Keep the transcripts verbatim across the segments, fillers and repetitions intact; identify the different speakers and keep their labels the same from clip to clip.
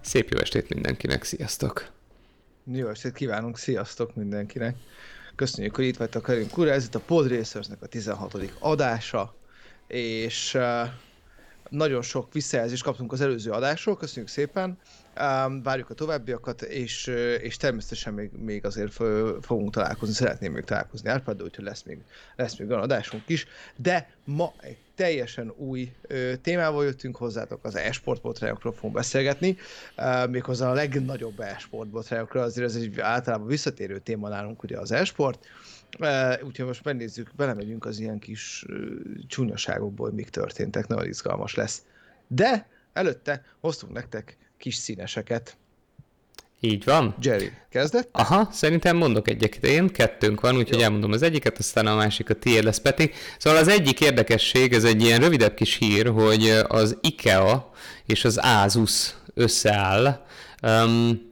Speaker 1: Szép jó estét mindenkinek, sziasztok!
Speaker 2: Jó estét kívánunk, sziasztok mindenkinek! Köszönjük, hogy itt vagytok velünk, ura, ez itt a Podrácersnek a tizenhatodik adása, és uh, nagyon sok visszajelzést kaptunk az előző adásról, köszönjük szépen, um, várjuk a továbbiakat, és, uh, és természetesen még, még azért fogunk találkozni, szeretném még találkozni Árpáddal, úgyhogy lesz még, lesz még olyan adásunk is, de ma egy teljesen új ö, témával jöttünk hozzátok, az e-sport botrányokról fogunk beszélgetni, uh, méghozzá a legnagyobb e-sport botrányokról, azért ez egy általában visszatérő téma nálunk, ugye az e-sport, uh, úgyhogy most megnézzük, belemegyünk az ilyen kis uh, csúnyaságokból, mik történtek, nagyon izgalmas lesz. De előtte hoztunk nektek kis színeseket.
Speaker 1: Így van.
Speaker 2: Jerry, kezdett?
Speaker 1: Aha, szerintem mondok egyet én, kettőnk van, úgyhogy elmondom az egyiket, aztán a másik a tiéd lesz, Peti. Szóval az egyik érdekesség, ez egy ilyen rövidebb kis hír, hogy az IKEA és az Asus összeáll. Um,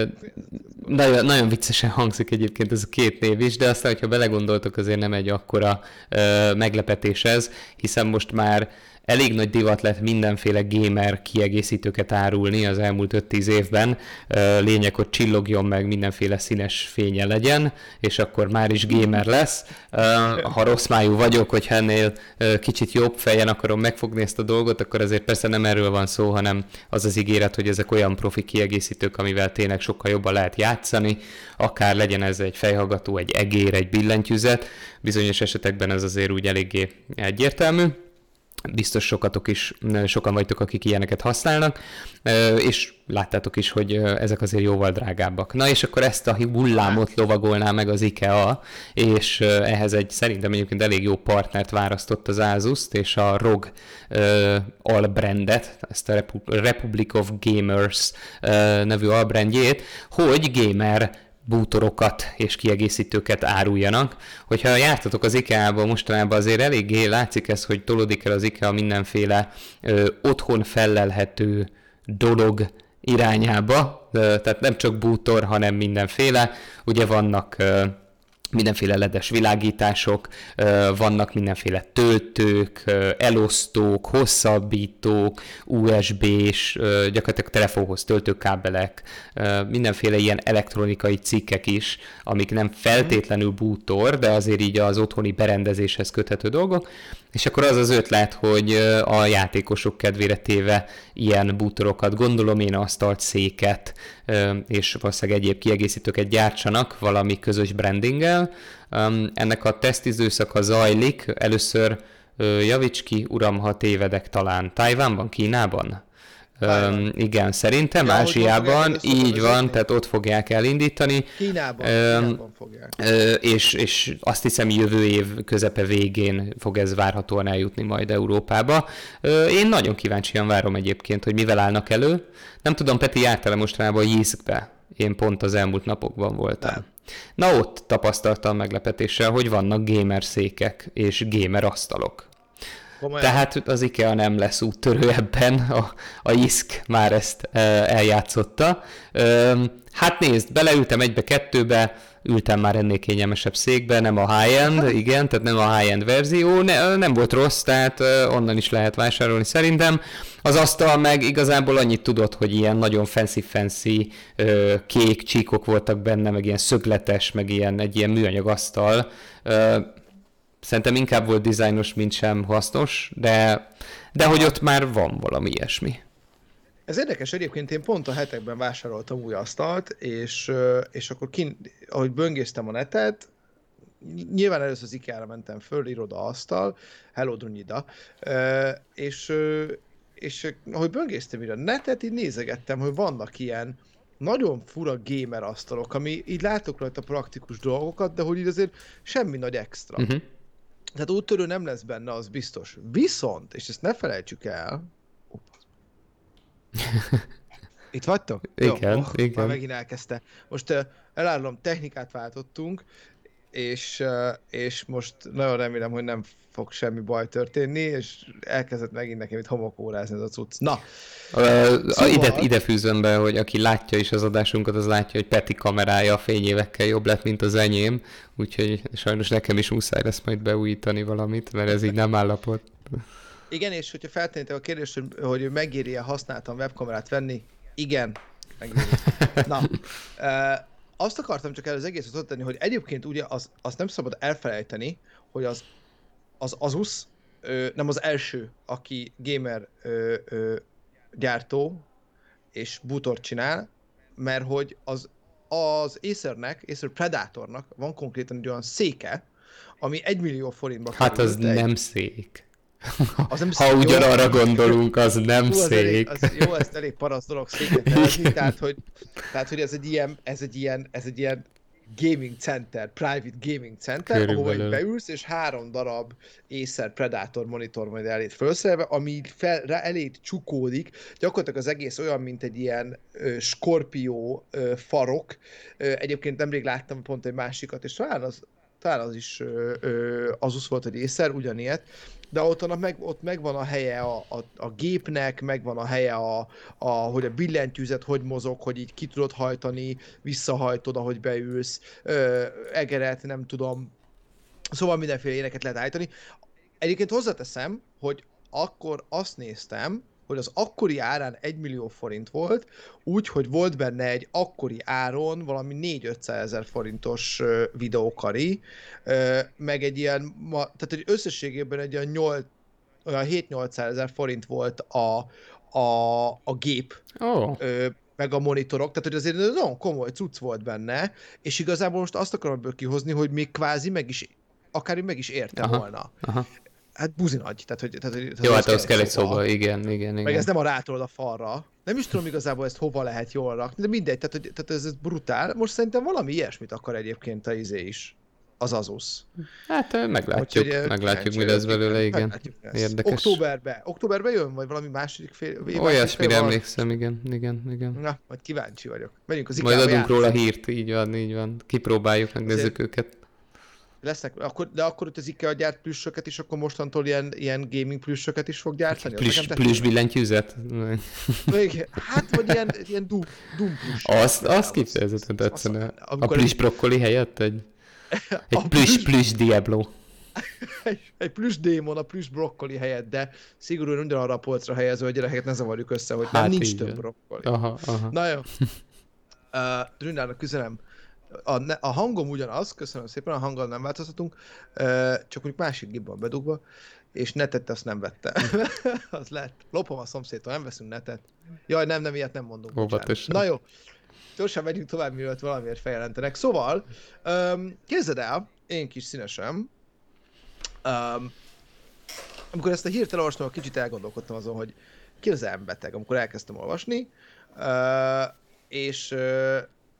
Speaker 1: nagyon, nagyon viccesen hangzik egyébként ez a két név is, de aztán, hogyha belegondoltok, azért nem egy akkora uh, meglepetés ez, hiszen most már elég nagy divat lett mindenféle gamer kiegészítőket árulni az elmúlt öt-tíz évben. Lényeg, hogy csillogjon meg, mindenféle színes fénye legyen, és akkor már is gamer lesz. Ha rossz májú vagyok, hogyha ennél kicsit jobb fejen akarom megfogni ezt a dolgot, akkor azért persze nem erről van szó, hanem az az ígéret, hogy ezek olyan profi kiegészítők, amivel tényleg sokkal jobban lehet játszani, akár legyen ez egy fejhallgató, egy egér, egy billentyűzet. Bizonyos esetekben ez azért úgy eléggé egyértelmű. Biztos sokatok is, sokan vagytok, akik ilyeneket használnak, és láttátok is, hogy ezek azért jóval drágábbak. Na és akkor ezt a hullámot lovagolná meg az IKEA, és ehhez egy szerintem egyébként elég jó partnert választott az Asus-t, és a ROG uh, albrandet, ezt a Republic of Gamers uh, nevű albrandjét, hogy gamer bútorokat és kiegészítőket áruljanak. Hogyha jártatok az IKEA-ba mostanában, azért eléggé látszik ez, hogy tolódik el az IKEA mindenféle ö, otthon fellelhető dolog irányába, ö, tehát nem csak bútor, hanem mindenféle. Ugye vannak ö, mindenféle ledes világítások, vannak mindenféle töltők, elosztók, hosszabbítók, u es bé-s, gyakorlatilag telefonhoz töltőkábelek, mindenféle ilyen elektronikai cikkek is, amik nem feltétlenül bútor, de azért így az otthoni berendezéshez köthető dolgok. És akkor az az ötlet, hogy a játékosok kedvére téve ilyen bútorokat, gondolom én asztalt, széket és valószínűleg egyéb kiegészítőket gyártsanak valami közös brandinggel. Ennek a tesztidőszaka zajlik, először javíts ki, uram, ha tévedek, talán Tajvánban, Kínában? Um, igen, szerintem ja, Ázsiában, így van, vezetni. Tehát ott fogják elindítani.
Speaker 2: Kínában, um, Kínában fogják.
Speaker 1: Uh, és, és azt hiszem jövő év közepe végén fog ez várhatóan eljutni majd Európába. Uh, én nagyon kíváncsian várom egyébként, hogy mivel állnak elő. Nem tudom, Peti, jártál-e mostanában Jizkbe? Én pont az elmúlt napokban voltam. Nem. Na ott tapasztaltam meglepetéssel, hogy vannak gamer székek és gamer asztalok. Komolyan. Tehát az IKEA nem lesz úttörő ebben, a, a Jizk már ezt e, eljátszotta. E, hát nézd, beleültem egybe-kettőbe, ültem már ennél kényelmesebb székbe, nem a high-end, igen, tehát nem a high-end verzió, ne, nem volt rossz, tehát onnan is lehet vásárolni szerintem. Az asztal meg igazából annyit tudott, hogy ilyen nagyon fancy-fancy kék csíkok voltak benne, meg ilyen szögletes, meg ilyen, egy ilyen műanyag asztal. Szerintem inkább volt dizájnos, mint sem hasznos, de, de hogy ott már van valami ilyesmi.
Speaker 2: Ez érdekes, egyébként én pont a hetekben vásároltam új asztalt, és, és akkor kin, ahogy böngésztem a netet, nyilván először az IKEA-ra mentem föl, iroda, asztal, hello Drunyida, és, és ahogy böngésztem ide a netet, így nézegettem, hogy vannak ilyen nagyon fura gamer asztalok, ami így látok rajta praktikus dolgokat, de hogy így azért semmi nagy extra. Uh-huh. Tehát úttörő nem lesz benne, az biztos. Viszont, és ezt ne felejtsük el, itt vagytok?
Speaker 1: Igen,
Speaker 2: Jó, oh,
Speaker 1: igen.
Speaker 2: Már megint elkezdte. Most uh, elárulom, technikát váltottunk, és, uh, és most nagyon remélem, hogy nem fog semmi baj történni, és elkezdett megint nekem itt homokórázni ez a cucc. Na!
Speaker 1: Uh, szóval... ide, ide fűzöm be, hogy aki látja is az adásunkat, az látja, hogy Peti kamerája a fényévekkel jobb lett, mint az enyém, úgyhogy sajnos nekem is muszáj lesz majd beújítani valamit, mert ez így nem állapot.
Speaker 2: Igen, és hogyha feltennétek a kérdést, hogy, hogy megéri-e használtan webkamerát venni, Igen, megnézem. Na, e, azt akartam csak el az egészet ott tenni, hogy egyébként ugye az, azt nem szabad elfelejteni, hogy az, az Asus ö, nem az első, aki gamer ö, ö, gyártó és bútort csinál, mert hogy az, az Acernek, Acer Predatornak van konkrétan egy olyan széke, ami egy millió forintba
Speaker 1: Hát az
Speaker 2: került. Egy,
Speaker 1: nem szék.
Speaker 2: az nem
Speaker 1: Ha
Speaker 2: szék, jó?
Speaker 1: ugyanarra gondolunk, az nem
Speaker 2: Jó, az elég,
Speaker 1: szék.
Speaker 2: az, jó, ezt elég parasz dolog széket nevezni, tehát hogy, tehát, hogy ez egy ilyen, ez egy ilyen, ez egy ilyen gaming center, private gaming center,
Speaker 1: Körülbelül.
Speaker 2: ahova így beülsz, és három darab Acer Predator monitor majd elét felszerelve, ami fel, rá elét csukódik, gyakorlatilag az egész olyan, mint egy ilyen ö, Scorpio ö, farok. Ö, egyébként nemrég láttam pont egy másikat, és talán az, talán az is ö, ö, Asus volt, egy Acer, ugyanilyet, de ott, annak meg, ott megvan a helye a, a, a gépnek, megvan a helye, a, a, hogy a billentyűzet hogy mozog, hogy így ki tudod hajtani, visszahajtod, ahogy beülsz, ö, egeret, nem tudom. Szóval mindenféle éneket lehet állítani. Egyébként hozzáteszem, hogy akkor azt néztem, hogy az akkori árán egy millió forint volt, úgy, hogy volt benne egy akkori áron valami négy-ötszázezer forintos ö, videókari, ö, meg egy ilyen, ma, tehát hogy összességében egy olyan, nyolc, olyan hét-nyolcszázezer forint volt a, a, a gép,
Speaker 1: Ó,
Speaker 2: ö, meg a monitorok, tehát hogy azért nagyon komoly cucc volt benne, és igazából most azt akarom ebből kihozni, hogy még kvázi meg is, akár meg is érte
Speaker 1: aha,
Speaker 2: volna.
Speaker 1: aha.
Speaker 2: Hát buzi nagy, tehát hogy... Tehát, hogy- tehát
Speaker 1: Jó,
Speaker 2: ahhoz
Speaker 1: hát ahhoz kell egy
Speaker 2: szoba.
Speaker 1: szoba, igen, igen,
Speaker 2: Meg
Speaker 1: igen.
Speaker 2: ez nem a rátolod a falra. Nem is tudom igazából ezt hova lehet jól rakni, de mindegy, tehát, hogy, tehát ez, ez brutál. Most szerintem valami ilyesmit akar egyébként a izé is. Az Asus.
Speaker 1: Hát ö, meglátjuk,
Speaker 2: Úgyhogy,
Speaker 1: meglátjuk, mi
Speaker 2: kíváncsi
Speaker 1: lesz
Speaker 2: vagyok,
Speaker 1: belőle,
Speaker 2: igen.
Speaker 1: igen.
Speaker 2: Meglátjuk, mi lesz.
Speaker 1: Érdekes.
Speaker 2: Októberbe. Októberbe jön, vagy valami második fél... második fél
Speaker 1: Olyasmire
Speaker 2: valami-
Speaker 1: emlékszem, igen, igen, igen.
Speaker 2: Na, majd kíváncsi vagyok. Megyünk az
Speaker 1: Majd
Speaker 2: IKEA-ba
Speaker 1: adunk róla
Speaker 2: játszani.
Speaker 1: hírt, így van, így van. Kipróbáljuk, megnézzük
Speaker 2: Azért-
Speaker 1: őket.
Speaker 2: Lesznek, akkor, de akkor ott az IKEA gyárt plüssöket is, akkor mostantól ilyen, ilyen gaming plüssöket is fog gyártani? Az
Speaker 1: Plüss,
Speaker 2: nekem tetszik.
Speaker 1: plüss billentyűzet?
Speaker 2: Igen, hát, vagy ilyen, ilyen Doom, Doom plusz.
Speaker 1: Azt, azt kifejezetten tetszene. A
Speaker 2: Amikor
Speaker 1: plüss brokkoli helyett egy,
Speaker 2: A
Speaker 1: egy plüss, plüss Diablo.
Speaker 2: egy, egy plusz démon a plusz brokkoli helyett, de szigorúan ugyanarra a polcra helyezve, hogy gyerekeket ne zavarjuk össze, hogy nem
Speaker 1: Hát
Speaker 2: nincs
Speaker 1: így
Speaker 2: több
Speaker 1: van.
Speaker 2: brokkoli.
Speaker 1: Aha, aha.
Speaker 2: Na jó. Uh, Dründának üzenem. A, ne, a hangom ugyanaz, köszönöm szépen, a hanggal nem változtatunk, uh, csak mondjuk másik gép van bedugva, és netet azt nem vette. Az lett. Lopom a szomszédtól, nem veszünk netet. Jaj, nem, nem, ilyet nem mondunk. bocsánat.
Speaker 1: Óvatosan.
Speaker 2: Na jó. Gyorsan megyünk tovább, mielőtt valamiért feljelentenek. Szóval, um, képzeld el, én kis színesem, um, amikor ezt a hírt elolvastam, kicsit elgondolkodtam azon, hogy ki az elmbeteg, amikor elkezdtem olvasni, uh, és, uh,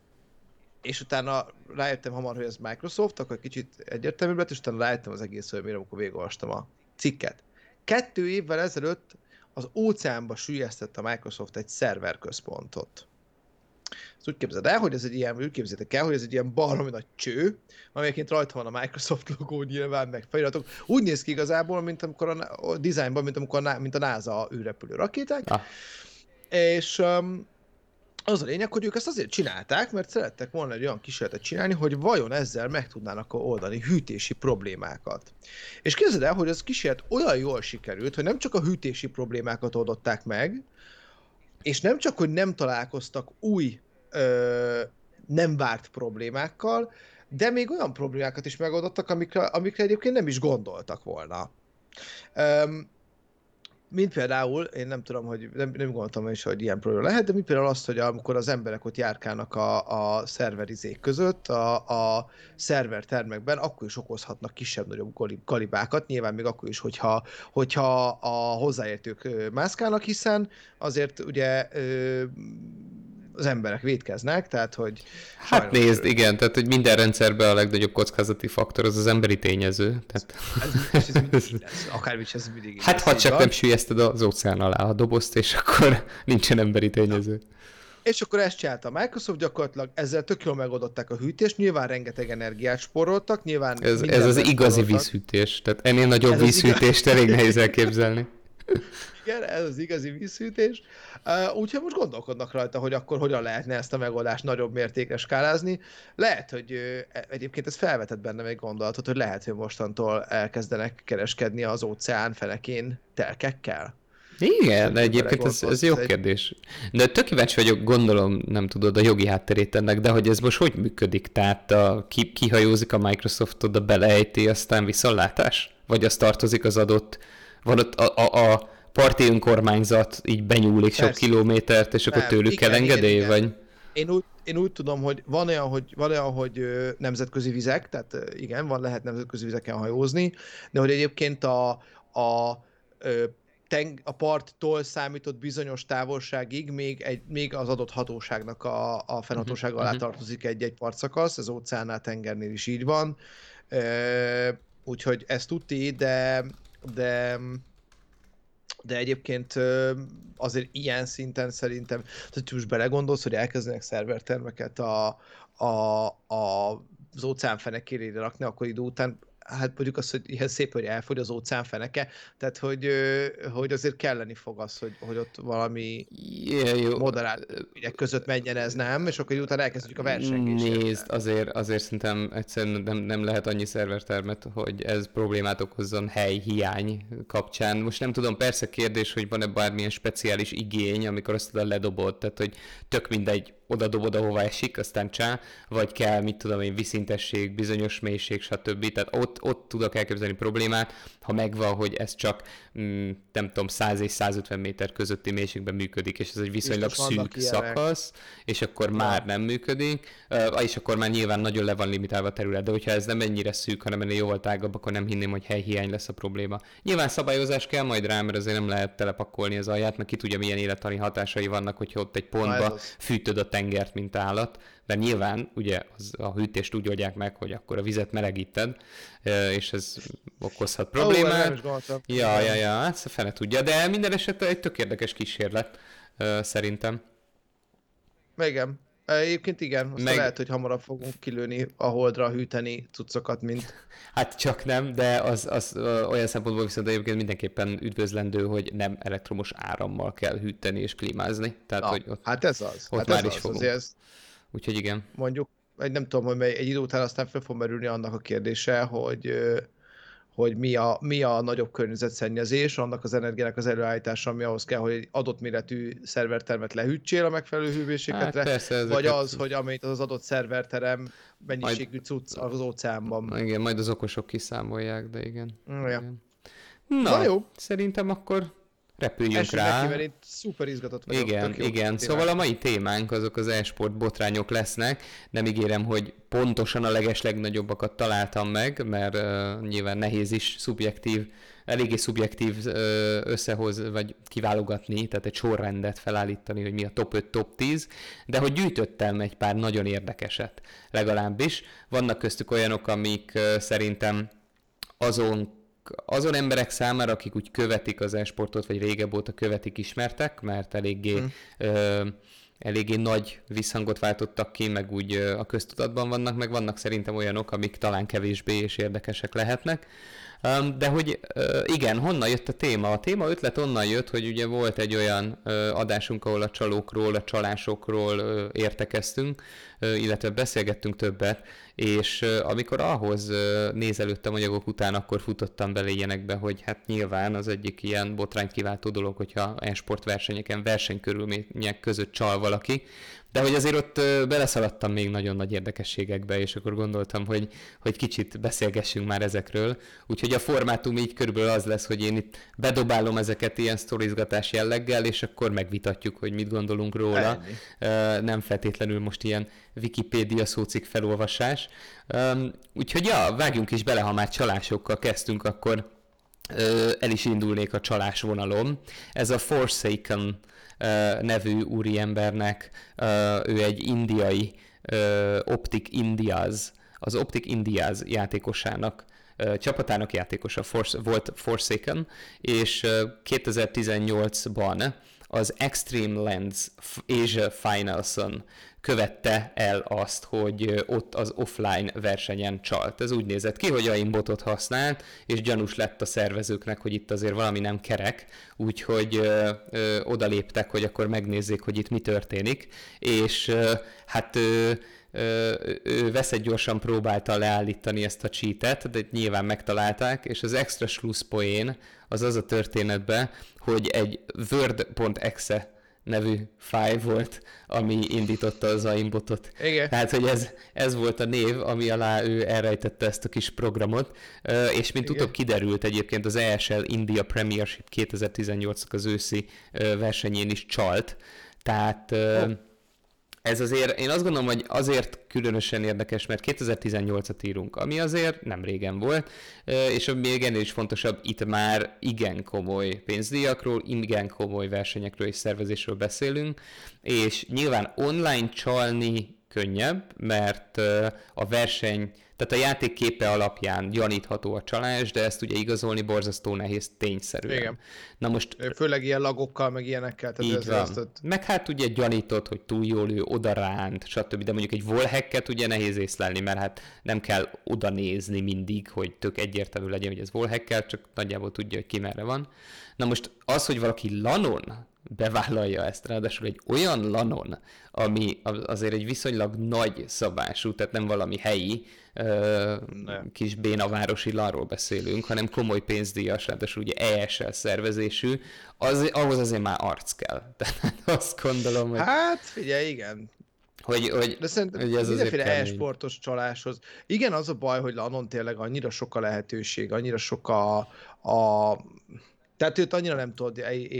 Speaker 2: és utána rájöttem hamar, hogy ez Microsoft, akkor kicsit egyértelműbb lett, és utána rájöttem az egész, hogy mire, amikor végigolvastam a cikket. Kettő évvel ezelőtt az óceánba süllyesztett a Microsoft egy szerverközpontot. Ezt úgy képzeld el, hogy ez egy ilyen, úgy képzeljétek el, hogy ez egy ilyen baromi nagy cső, amelyeként rajta van a Microsoft logó nyilván, meg feliratok. Úgy néz ki igazából, mint amikor a, a dizájnban, mint, amikor a, mint a NASA űrrepülő rakéták.
Speaker 1: Ah.
Speaker 2: És um, az a lényeg, hogy ők ezt azért csinálták, mert szerettek volna egy olyan kísérletet csinálni, hogy vajon ezzel meg tudnának oldani hűtési problémákat. És képzeld el, hogy ez kísérlet olyan jól sikerült, hogy nem csak a hűtési problémákat oldották meg, és nem csak, hogy nem találkoztak új, ö, nem várt problémákkal, de még olyan problémákat is megoldottak, amikre, amikre egyébként nem is gondoltak volna. Öm, mint például, én nem tudom, hogy nem, nem gondoltam is, hogy ilyen probléma lehet, de mint például azt, hogy amikor az emberek ott járkálnak a, a szerverizék között, a, a szervertermekben, akkor is okozhatnak kisebb-nagyobb galibákat, nyilván még akkor is, hogyha, hogyha a hozzáértők ö, mászkálnak, hiszen azért ugye ö, az emberek vétkeznek, tehát hogy...
Speaker 1: Hát
Speaker 2: sajnos,
Speaker 1: nézd,
Speaker 2: ö,
Speaker 1: igen, tehát hogy minden rendszerben a legnagyobb kockázati faktor az az emberi tényező. Tehát...
Speaker 2: Ez, ez mindig így lesz, akármit ez mindig így
Speaker 1: Hát
Speaker 2: lesz,
Speaker 1: ha
Speaker 2: így
Speaker 1: csak
Speaker 2: van.
Speaker 1: nem süllyeszted az óceán alá a dobozt, és akkor nincsen emberi tényező.
Speaker 2: És akkor ezt csinálta a Microsoft gyakorlatilag, ezzel tök jól megoldották a hűtést, nyilván rengeteg energiát spóroltak, nyilván
Speaker 1: Ez, ez
Speaker 2: mindenben
Speaker 1: az igazi
Speaker 2: spóroltak.
Speaker 1: vízhűtés, tehát ennél nagyobb
Speaker 2: Ez az
Speaker 1: vízhűtést elég nehéz elképzelni.
Speaker 2: Igen, ez az igazi vízhűtés. Uh, úgyhogy most gondolkodnak rajta, hogy akkor hogyan lehetne ezt a megoldást nagyobb mértékre skálázni. Lehet, hogy uh, egyébként ez felvetett bennem egy gondolatot, hogy lehet, hogy mostantól elkezdenek kereskedni az óceán fenekén telkekkel.
Speaker 1: Igen, de egyébként ez, ez jó egy... kérdés. De tök kíváncsi vagyok, gondolom, nem tudod a jogi hátterét ennek, de hogy ez most hogy működik? Tehát a, ki, kihajózik a Microsoft, oda beleejti, aztán viszontlátás? Vagy az tartozik az adott, van ott a, a, a parti önkormányzat így benyúlik sok kilométert, és akkor nem, tőlük igen, kell engedély, igen, vagy?
Speaker 2: Én úgy, én úgy tudom, hogy van olyan, hogy, van olyan, hogy nemzetközi vizek, tehát igen, van, lehet nemzetközi vizeken hajózni, de hogy egyébként a, a, a parttól számított bizonyos távolságig még, egy, még az adott hatóságnak a, a fennhatóság alá tartozik egy-egy partszakasz, az óceánál, tengernél is így van. Úgyhogy ezt tudti, de, de de egyébként azért ilyen szinten szerintem, hogy most belegondolsz, hogy elkezdenek szervertermeket a, a, a, az óceán fenekére rakni, akkor idő után, hát mondjuk azt, hogy ilyen szép, hogy elfogy az óceán feneke, tehát hogy, hogy azért kelleni fog az, hogy, hogy ott valami yeah, moderált ügyek között menjen ez, nem? És akkor idő után elkezdjük a versengést.
Speaker 1: Nézd, azért, azért szerintem egyszerűen nem, nem lehet annyi szervertermet, hogy ez problémát okozzon helyhiány kapcsán. Most nem tudom, persze kérdés, hogy van-e bármilyen speciális igény, amikor azt oda ledobod, tehát hogy tök mindegy, oda dobod, ahová esik, aztán csá, vagy kell, mit tudom én, vízszintesség, bizonyos mélység, stb. Tehát ott, ott tudok elképzelni problémát, ha megvan, hogy ez csak, mm, nem tudom, száz és százötven méter közötti mélységben működik, és ez egy viszonylag szűk szakasz, és akkor ja. már nem működik, uh, és akkor már nyilván nagyon le van limitálva a terület, de hogyha ez nem ennyire szűk, hanem ennél jóval tágabb, akkor nem hinném, hogy helyhiány lesz a probléma. Nyilván szabályozás kell majd rá, mert azért nem lehet telepakolni az alját, mert ki tudja, milyen élettani hatásai vannak, hogyha ott egy pontba fűtöd a tengert, mint állat, mert nyilván ugye az, a hűtést úgy oldják meg, hogy akkor a vizet melegíted, és ez okozhat problémát. Oh, ja, ja, ja, hát fene tudja, de minden esetre egy tök érdekes kísérlet, szerintem.
Speaker 2: Igen. Egyébként igen, azt meg... lehet, hogy hamarabb fogunk kilőni a Holdra hűteni cuccokat, mint...
Speaker 1: Hát csak nem, de az, az olyan szempontból viszont egyébként mindenképpen üdvözlendő, hogy nem elektromos árammal kell hűteni és klímázni. Tehát,
Speaker 2: Na,
Speaker 1: hogy ott,
Speaker 2: hát ez az.
Speaker 1: Ott
Speaker 2: hát
Speaker 1: már
Speaker 2: ez
Speaker 1: is
Speaker 2: az.
Speaker 1: fogunk.
Speaker 2: Ez...
Speaker 1: Úgyhogy igen.
Speaker 2: Mondjuk, egy nem tudom, hogy egy idő után aztán fel fog merülni annak a kérdése, hogy... hogy mi a, mi a nagyobb környezetszennyezés, annak az energiának az előállítása, ami ahhoz kell, hogy egy adott méretű szervertermet lehűtsél a megfelelő hőmérsékletre, hát persze, ezeket... vagy az, hogy amelyet az adott szerverterem mennyiségű majd... cucc az óceánban.
Speaker 1: Igen, majd az okosok kiszámolják, de igen.
Speaker 2: Ja.
Speaker 1: igen. Na, Na jó, szerintem akkor repüljünk Esünk rá.
Speaker 2: Neki, mert én szuper izgatott vagyok.
Speaker 1: Igen, igen. Szóval a mai témánk azok az e-sport botrányok lesznek. Nem ígérem, hogy pontosan a legeslegnagyobbakat találtam meg, mert uh, nyilván nehéz is szubjektív, eléggé szubjektív uh, összehoz, vagy kiválogatni, tehát egy sorrendet felállítani, hogy mi a top öt, top tíz, de hogy gyűjtöttem egy pár nagyon érdekeset legalábbis. Vannak köztük olyanok, amik uh, szerintem azon azon emberek számára, akik úgy követik az e-sportot, vagy régebb óta követik, ismertek, mert eléggé, hmm. ö, eléggé nagy visszhangot váltottak ki, meg úgy ö, a köztudatban vannak, meg vannak szerintem olyanok, amik talán kevésbé és érdekesek lehetnek. Um, de hogy uh, igen, honnan jött a téma? A téma ötlet onnan jött, hogy ugye volt egy olyan uh, adásunk, ahol a csalókról, a csalásokról uh, értekeztünk, uh, illetve beszélgettünk többet, és uh, amikor ahhoz uh, nézelődtem anyagok után, akkor futottam bele ilyenekbe, hogy hát nyilván az egyik ilyen botrányt kiváltó dolog, hogyha e-sport versenyeken versenykörülmények között csal valaki, de hogy azért ott beleszaladtam még nagyon nagy érdekességekbe, és akkor gondoltam, hogy, hogy kicsit beszélgessünk már ezekről. Úgyhogy a formátum így körülbelül az lesz, hogy én itt bedobálom ezeket ilyen sztorizgatás jelleggel, és akkor megvitatjuk, hogy mit gondolunk róla. Ennyi. Nem feltétlenül most ilyen Wikipédia szócikk felolvasás. Úgyhogy ja, vágjunk is bele, ha már csalásokkal kezdtünk, akkor el is indulnék a csalás vonalon. Ez a Forsaken nevű úriembernek, ő egy indiai Optic Indias, az Optic Indias játékosának, csapatának játékosa Force, volt Forsaken, és kétezer-tizennyolcban az Extreme Lens Asia Finals-on követte el azt, hogy ott az offline versenyen csalt. Ez úgy nézett ki, hogy aimbotot használt, és gyanús lett a szervezőknek, hogy itt azért valami nem kerek, úgyhogy ö, ö, odaléptek, hogy akkor megnézzék, hogy itt mi történik, és ö, hát ö, ő veszett gyorsan próbálta leállítani ezt a cheatet, de nyilván megtalálták, és az extra slusszpoén az az a történetben, hogy egy word.exe nevű fájl volt, ami indította az aimbotot.
Speaker 2: Igen.
Speaker 1: Tehát, hogy ez, ez volt a név, ami alá ő elrejtette ezt a kis programot, és mint utóbb kiderült egyébként az E S L India Premiership kétezer-tizennyolcnak az őszi versenyén is csalt. Tehát oh. ez azért, én azt gondolom, hogy azért különösen érdekes, mert kétezer-tizennyolcat írunk, ami azért nem régen volt, és ami még ennél is fontosabb, itt már igen komoly pénzdíjakról, igen komoly versenyekről és szervezésről beszélünk, és nyilván online csalni könnyebb, mert a verseny, tehát a játék képe alapján gyanítható a csalás, de ezt ugye igazolni borzasztó nehéz tényszerűen.
Speaker 2: Igen.
Speaker 1: Na most,
Speaker 2: főleg ilyen lagokkal, meg ilyenekkel. Tehát
Speaker 1: így van. Ott... Meg hát ugye gyanítod, hogy túl jól ő odaránt, stb. De mondjuk egy wallhacket ugye nehéz észlelni, mert hát nem kell oda nézni mindig, hogy tök egyértelmű legyen, hogy ez wallhackkel, csak nagyjából tudja, hogy ki merre van. Na most az, hogy valaki lanon bevállalja ezt, ráadásul egy olyan lanon, ami azért egy viszonylag nagy szabású, tehát nem valami helyi ö, kis bénavárosi lanról beszélünk, hanem komoly pénzdíjas, ráadásul ugye E S L szervezésű, az, ahhoz azért már arc kell. Tehát azt gondolom, hogy...
Speaker 2: Hát figyelj, igen.
Speaker 1: Hogy, hogy,
Speaker 2: de szerintem
Speaker 1: hogy ez
Speaker 2: mindenféle e-sportos csaláshoz. Igen, az a baj, hogy lanon tényleg annyira sok a lehetőség, annyira sok a, a tehát őt annyira nem tudod,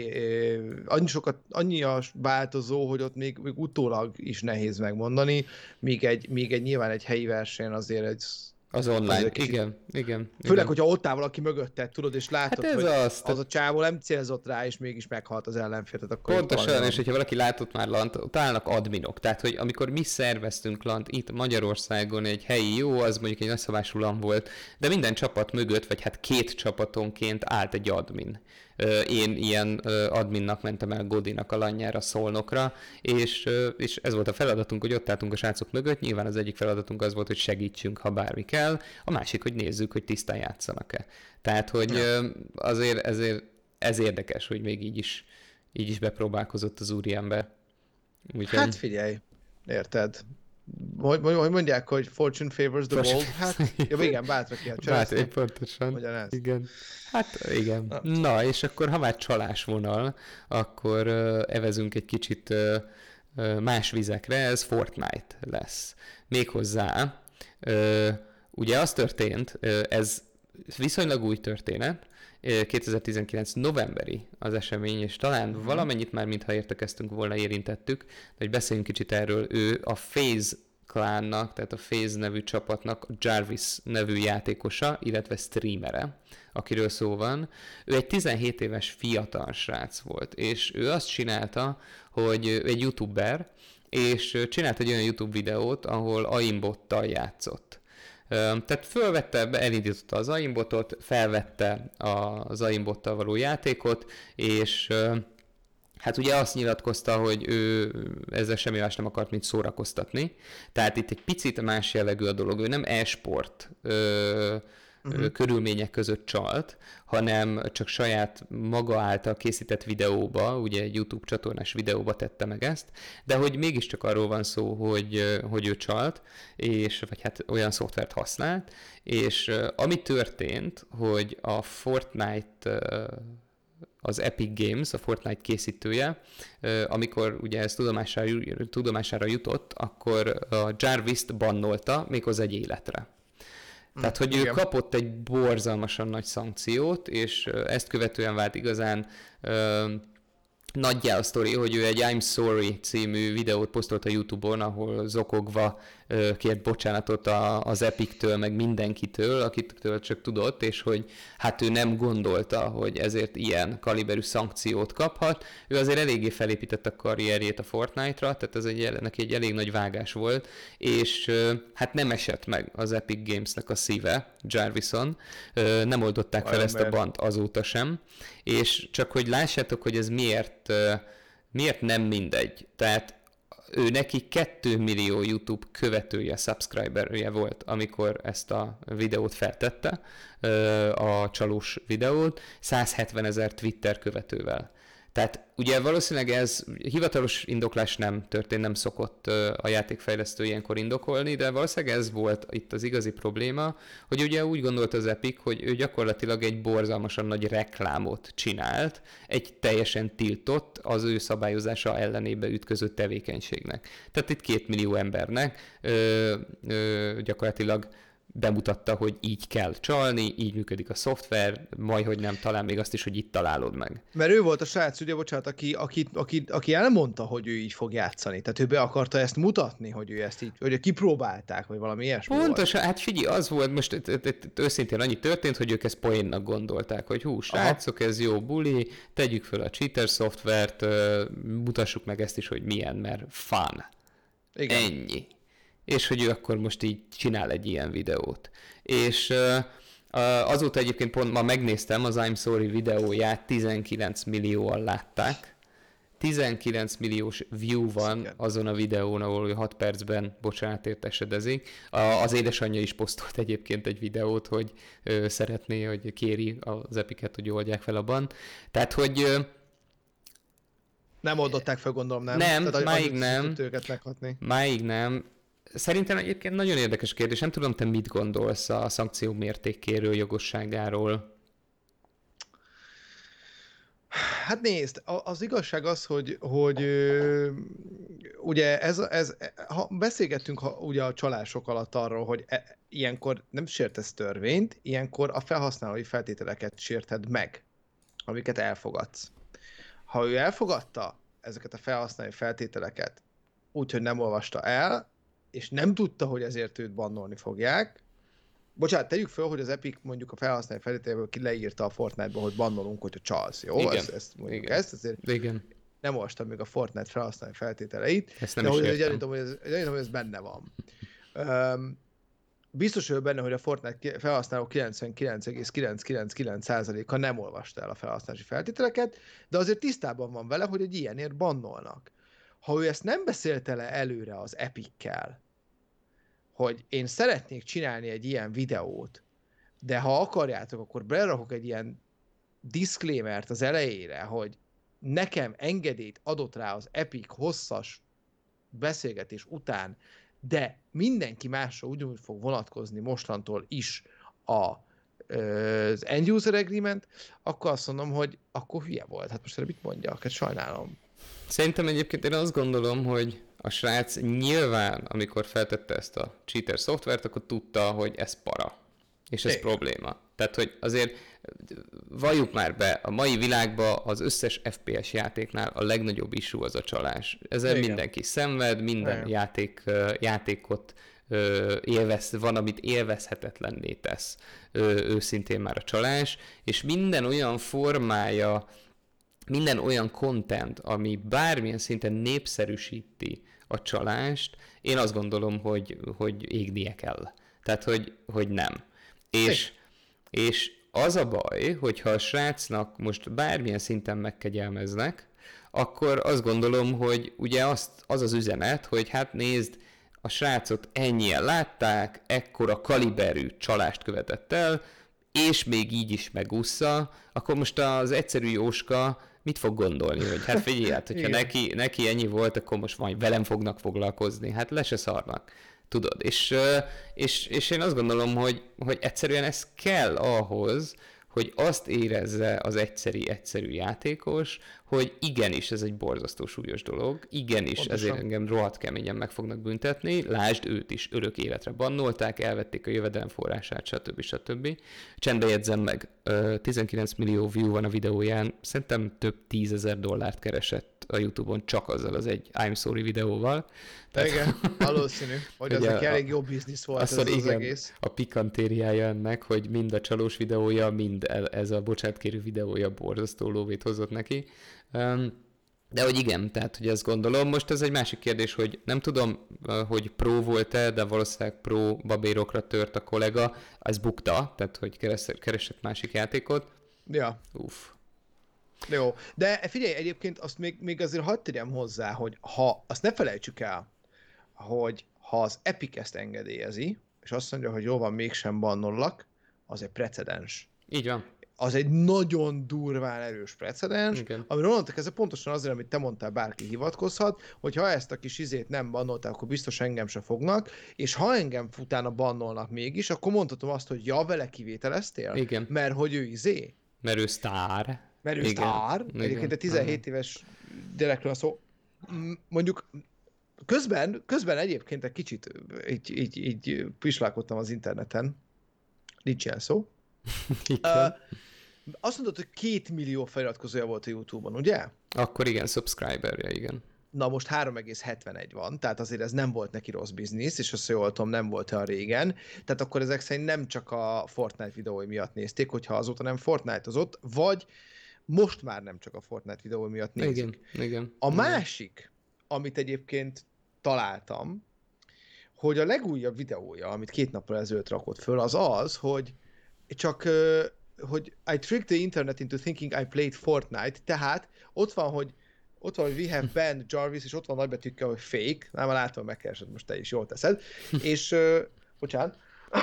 Speaker 2: annyi, sokat, annyi a változó, hogy ott még, még utólag is nehéz megmondani, míg egy, míg egy nyilván egy helyi verseny azért egy...
Speaker 1: Az online, azért kicsit, igen, igen.
Speaker 2: Főleg,
Speaker 1: igen.
Speaker 2: hogyha ott áll valaki mögötted, tudod, és látod, hát hogy az, az a csávó nem célzott rá, és mégis meghalt az ellenfél.
Speaker 1: Pontosan, és hogyha valaki látott már lant, ott állnak adminok. Tehát, hogy amikor mi szerveztünk lant itt Magyarországon egy helyi, jó, az mondjuk egy nagyszabású lan volt, de minden csapat mögött, vagy hát két csapatonként állt egy admin. Én ilyen adminnak mentem el Godinak a lanjára, Szolnokra, és, és ez volt a feladatunk, hogy ott álltunk a srácok mögött. Nyilván az egyik feladatunk az volt, hogy segítsünk, ha bármi kell, a másik, hogy nézzük, hogy tisztán játszanak-e. Tehát, hogy azért ezért, ez érdekes, hogy még így is, így is bepróbálkozott az úriember.
Speaker 2: Úgyhogy... Hát figyelj, érted? Hogy, hogy mondják, hogy fortune favors the bold? Hát, ja, igen, bátrak ilyen
Speaker 1: cselezni. Pontosan.
Speaker 2: Ugyanez.
Speaker 1: Igen. Hát igen. Na. Na, és akkor ha már csalásvonal, akkor uh, evezünk egy kicsit uh, uh, más vizekre, ez Fortnite lesz. Méghozzá, uh, ugye az történt, uh, ez viszonylag új történet, kétezer-tizenkilenc novemberi az esemény, és talán mm. valamennyit már, mintha értekeztünk volna, érintettük, de hogy beszéljünk kicsit erről, ő a FaZe klánnak, tehát a FaZe nevű csapatnak a Jarvis nevű játékosa, illetve streamere, akiről szó van. Ő egy tizenhét éves fiatal srác volt, és ő azt csinálta, hogy ő egy youtuber, és csinált egy olyan YouTube videót, ahol aimbottal játszott. Tehát fölvette, elindította az aimbotot, felvette az aimbottal való játékot, és hát ugye azt nyilatkozta, hogy ő ezzel semmi más nem akart, mint szórakoztatni. Tehát itt egy picit más jellegű a dolog. Ő nem e-sport ö, uh-huh. körülmények között csalt, hanem csak saját maga által készített videóba, ugye egy YouTube csatornás videóba tette meg ezt, de hogy mégiscsak arról van szó, hogy, hogy ő csalt, és, vagy hát olyan szoftvert használt, és ami történt, hogy a Fortnite az Epic Games, a Fortnite készítője, amikor ugye ez tudomására, tudomására jutott, akkor a Jarvis-t bannolta méghozzá egy életre. Tehát, hogy igen. ő kapott egy borzalmasan nagy szankciót, és ezt követően vált igazán ö, nagyjá a sztori, hogy ő egy I'm Sorry című videót posztolt a YouTube-on, ahol zokogva ö, kért bocsánatot a, az Epic-től, meg mindenkitől, akitől csak tudott, és hogy hát ő nem gondolta, hogy ezért ilyen kaliberű szankciót kaphat. Ő azért eléggé felépítette a karrierjét a Fortnite-ra, tehát ez egy, neki egy elég nagy vágás volt, és ö, hát nem esett meg az Epic Games-nek a szíve Jarvison, ö, nem oldották fel ezt a bant azóta sem, és csak hogy lássátok, hogy ez miért, miért nem mindegy. Tehát ő neki két millió YouTube követője, subscriberje volt, amikor ezt a videót feltette, a csalós videót, száz hetven ezer Twitter követővel. Tehát ugye valószínűleg ez hivatalos indoklás nem történt, nem szokott a játékfejlesztő ilyenkor indokolni, de valószínűleg ez volt itt az igazi probléma, hogy ugye úgy gondolt az Epic, hogy ő gyakorlatilag egy borzalmasan nagy reklámot csinált, egy teljesen tiltott, az ő szabályozása ellenébe ütköző tevékenységnek. Tehát itt két millió embernek ö, ö, gyakorlatilag bemutatta, hogy így kell csalni, így működik a szoftver, majd hogy nem, talán még azt is, hogy itt találod meg.
Speaker 2: Mert ő volt a srác, ugye, bocsánat, aki, aki, aki, aki elmondta, hogy ő így fog játszani. Tehát ő be akarta ezt mutatni, hogy ő ezt így, hogy kipróbálták, vagy valami ilyesmi
Speaker 1: Pontosan,
Speaker 2: volt.
Speaker 1: hát figyelj, az volt, most itt, itt, itt, őszintén annyi történt, hogy ők ezt poénnak gondolták, hogy hú, srácok, ez jó buli, tegyük föl a cheater szoftvert, mutassuk meg ezt is, hogy milyen, mert fun. Igen. Ennyi. És hogy ő akkor most így csinál egy ilyen videót. És uh, azóta egyébként pont ma megnéztem, az I'm Sorry videóját tizenkilenc millióan látták. tizenkilenc milliós view van azon a videón, ahol ő hat percben bocsánatért esedezik. A, az édesanyja is posztolt egyébként egy videót, hogy ő szeretné, hogy kéri az Epicet, hogy oldják fel abban. Tehát, hogy...
Speaker 2: Nem oldották fel, gondolom, nem?
Speaker 1: Nem,
Speaker 2: Tehát,
Speaker 1: máig nem.
Speaker 2: Őket meghatni.
Speaker 1: Máig nem. Szerintem egyébként nagyon érdekes kérdés. Nem tudom, te mit gondolsz a szankció mértékéről, jogosságáról?
Speaker 2: Hát nézd, az igazság az, hogy, hogy ugye ez, ez, ha beszélgettünk ha, ugye a csalások alatt arról, hogy e, ilyenkor nem sértesz törvényt, ilyenkor a felhasználói feltételeket sérted meg, amiket elfogadsz. Ha ő elfogadta ezeket a felhasználói feltételeket úgy, hogy nem olvasta el, és nem tudta, hogy ezért őt bannolni fogják. Bocsánat, tegyük föl, hogy az Epic mondjuk a felhasználói feltételéből ki leírta a Fortnite-ba, hogy bannolunk, hogyha csalsz, jó?
Speaker 1: Igen.
Speaker 2: Ezt, ezt mondjuk
Speaker 1: Igen.
Speaker 2: ezt, ezért
Speaker 1: Igen.
Speaker 2: nem olvastam még a Fortnite felhasználói feltételeit,
Speaker 1: ezt nem
Speaker 2: de
Speaker 1: is
Speaker 2: hogy
Speaker 1: értem.
Speaker 2: gyanítom, hogy ez, gyanítom, hogy ez benne van. Um, biztos vagyok benne, hogy a Fortnite felhasználó kilencvenkilenc egész kilencszázkilencvenkilenc százaléka nem olvasta el a felhasználási feltételeket, de azért tisztában van vele, hogy egy ilyenért bannolnak. Ha ő ezt nem beszélte le előre az Epic-kel, hogy én szeretnék csinálni egy ilyen videót, de ha akarjátok, akkor berakok egy ilyen disclaimert az elejére, hogy nekem engedélyt adott rá az Epic hosszas beszélgetés után, de mindenki másra ugyanúgy fog vonatkozni mostantól is a, az End User Agreement, akkor azt mondom, hogy akkor hülye volt. Hát most erre mit mondjak? Hát sajnálom.
Speaker 1: Szerintem egyébként én azt gondolom, hogy a srác nyilván, amikor feltette ezt a cheater szoftvert, akkor tudta, hogy ez para. És ez
Speaker 2: Igen.
Speaker 1: probléma. Tehát, hogy azért valljuk már be, a mai világban az összes ef pé es játéknál a legnagyobb issue az a csalás. Ezzel
Speaker 2: Igen.
Speaker 1: mindenki szenved, minden
Speaker 2: Igen.
Speaker 1: játék, játékot élvez, van, amit élvezhetetlenné tesz őszintén már a csalás, és minden olyan formája, minden olyan content, ami bármilyen szinten népszerűsíti a csalást, én azt gondolom, hogy, hogy égnie kell. Tehát, hogy, hogy nem. És, és az a baj, hogyha a srácnak most bármilyen szinten megkegyelmeznek, akkor azt gondolom, hogy ugye azt, az az üzenet, hogy hát nézd, a srácot ennyien látták, ekkora kaliberű csalást követett el, és még így is megúszza, akkor most az egyszerű Jóska mit fog gondolni, hogy hát figyelj, hát, hogyha neki, neki ennyi volt, akkor most majd velem fognak foglalkozni, hát le se szarnak. Tudod, és, és, és én azt gondolom, hogy, hogy egyszerűen ez kell ahhoz, hogy azt érezze az egyszeri, egyszerű játékos, hogy igenis ez egy borzasztó súlyos dolog, igenis Pontosan. Ezért engem rohadt keményen meg fognak büntetni, lásd őt is örök életre bannolták, elvették a jövedelem forrását, stb. stb. Csendbe jegyzem meg, tizenkilenc millió view van a videóján, szerintem több tízezer dollárt keresett a YouTube-on csak azzal az egy I'm Sorry videóval.
Speaker 2: Tehát, igen, valószínű, hogy az neki elég jó biznisz volt ez az
Speaker 1: igen,
Speaker 2: egész.
Speaker 1: A pikantériája ennek, hogy mind a csalós videója, mind ez a bocsánatkérő videója borzasztó lóvét hozott neki. De hogy igen, tehát hogy ezt gondolom. Most ez egy másik kérdés, hogy nem tudom, hogy pro volt-e, de valószínűleg pro babérokra tört a kollega, ez bukta, tehát hogy keresett másik játékot.
Speaker 2: Ja.
Speaker 1: Uff.
Speaker 2: Jó, de figyelj, egyébként azt még, még azért hadd tegyem hozzá, hogy ha, azt ne felejtsük el, hogy ha az Epic ezt engedélyezi, és azt mondja, hogy jó van, mégsem bannollak, az egy precedens.
Speaker 1: Így van.
Speaker 2: az egy nagyon durván erős precedens,
Speaker 1: Igen.
Speaker 2: ami onnantól kezdve pontosan azért, amit te mondtál, bárki hivatkozhat, hogy ha ezt a kis izét nem bannolták, akkor biztos engem se fognak, és ha engem utána bannolnak mégis, akkor mondhatom azt, hogy ja, vele kivételeztél,
Speaker 1: Igen.
Speaker 2: mert hogy ő izé,
Speaker 1: Mert ő sztár.
Speaker 2: mert ő
Speaker 1: Igen.
Speaker 2: sztár,
Speaker 1: Igen.
Speaker 2: egyébként egy tizenhét éves gyerekről szó, M- mondjuk közben, közben egyébként egy kicsit így, így, így pislálkodtam az interneten, nincs ilyen szó.
Speaker 1: Igen.
Speaker 2: Uh, azt mondod, hogy két millió feliratkozója volt a YouTube-on, ugye?
Speaker 1: Akkor igen, subscriberje, igen.
Speaker 2: Na most három egész hetvenegy van, tehát azért ez nem volt neki rossz biznisz, és azt jól tudom, nem volt olyan régen. Tehát akkor ezek szerint nem csak a Fortnite videói miatt nézték, hogyha azóta nem Fortnite-ozott, vagy most már nem csak a Fortnite videói miatt nézik.
Speaker 1: Igen, igen.
Speaker 2: A
Speaker 1: igen.
Speaker 2: másik, amit egyébként találtam, hogy a legújabb videója, amit két nappal ezelőtt rakott föl, az az, hogy csak, hogy I tricked the internet into thinking I played Fortnite, tehát ott van, hogy ott van, hogy we have banned Jarvis, és ott van nagybetűkkel, hogy fake, nem, már látom, megkeresed, most te is jól teszed, és, bocsánat,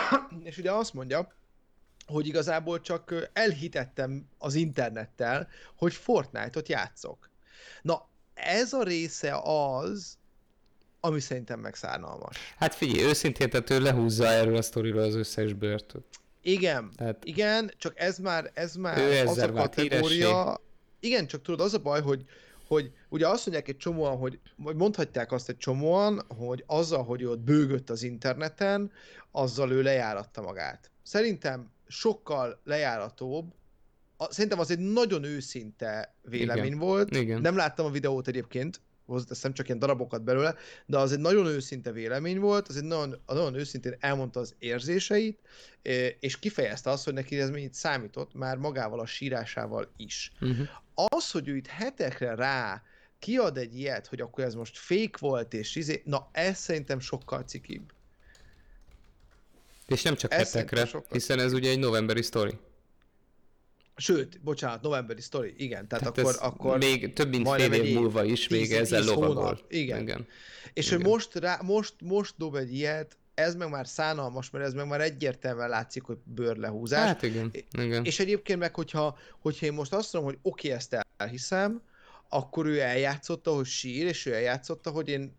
Speaker 2: és ugye azt mondja, hogy igazából csak elhitettem az internettel, hogy Fortnite-ot játszok. Na, ez a része az, ami szerintem megszárnalmas.
Speaker 1: Hát figyelj, őszintén, tehát ő lehúzza erről a sztoriról az összes bőrt.
Speaker 2: Igen,
Speaker 1: Tehát
Speaker 2: igen, csak ez már, ez már
Speaker 1: ő
Speaker 2: az
Speaker 1: ezzel
Speaker 2: a
Speaker 1: vált
Speaker 2: kategória... Igen, csak tudod, az a baj, hogy, hogy ugye azt mondják egy csomóan, hogy, vagy mondhatják azt egy csomóan, hogy azzal, hogy ő ott bőgött az interneten, azzal ő lejáratta magát. Szerintem sokkal lejáratóbb, a, szerintem az egy nagyon őszinte vélemény
Speaker 1: Igen.
Speaker 2: volt.
Speaker 1: Igen.
Speaker 2: Nem láttam a videót egyébként, hozzáteszem csak ilyen darabokat belőle, de az egy nagyon őszinte vélemény volt, az egy nagyon, nagyon őszintén elmondta az érzéseit, és kifejezte azt, hogy neki ez mennyit számított, már magával a sírásával is.
Speaker 1: Uh-huh.
Speaker 2: Az, hogy ő itt hetekre rá kiad egy ilyet, hogy akkor ez most fake volt, és izé, na ez szerintem sokkal cikibb.
Speaker 1: És nem csak
Speaker 2: Ez
Speaker 1: hetekre,
Speaker 2: sokkal
Speaker 1: hiszen ez ugye egy novemberi sztori.
Speaker 2: Sőt, bocsánat, novemberi sztori, igen, tehát,
Speaker 1: Tehát
Speaker 2: akkor,
Speaker 1: ez
Speaker 2: akkor
Speaker 1: még több mint
Speaker 2: majdnem
Speaker 1: fél
Speaker 2: egy
Speaker 1: év
Speaker 2: év,
Speaker 1: múlva is még
Speaker 2: tíz-
Speaker 1: ezzel
Speaker 2: tíz
Speaker 1: lovagol.
Speaker 2: hónap, igen.
Speaker 1: Igen.
Speaker 2: És
Speaker 1: Igen.
Speaker 2: hogy most, rá, most, most dob egy ilyet, ez meg már szánalmas, mert ez meg már egyértelműen látszik, hogy bőrlehúzás.
Speaker 1: Hát igen, igen.
Speaker 2: És egyébként meg, hogyha, hogyha én most azt mondom, hogy oké, okay, ezt elhiszem, akkor ő eljátszotta, hogy sír, és ő eljátszotta, hogy én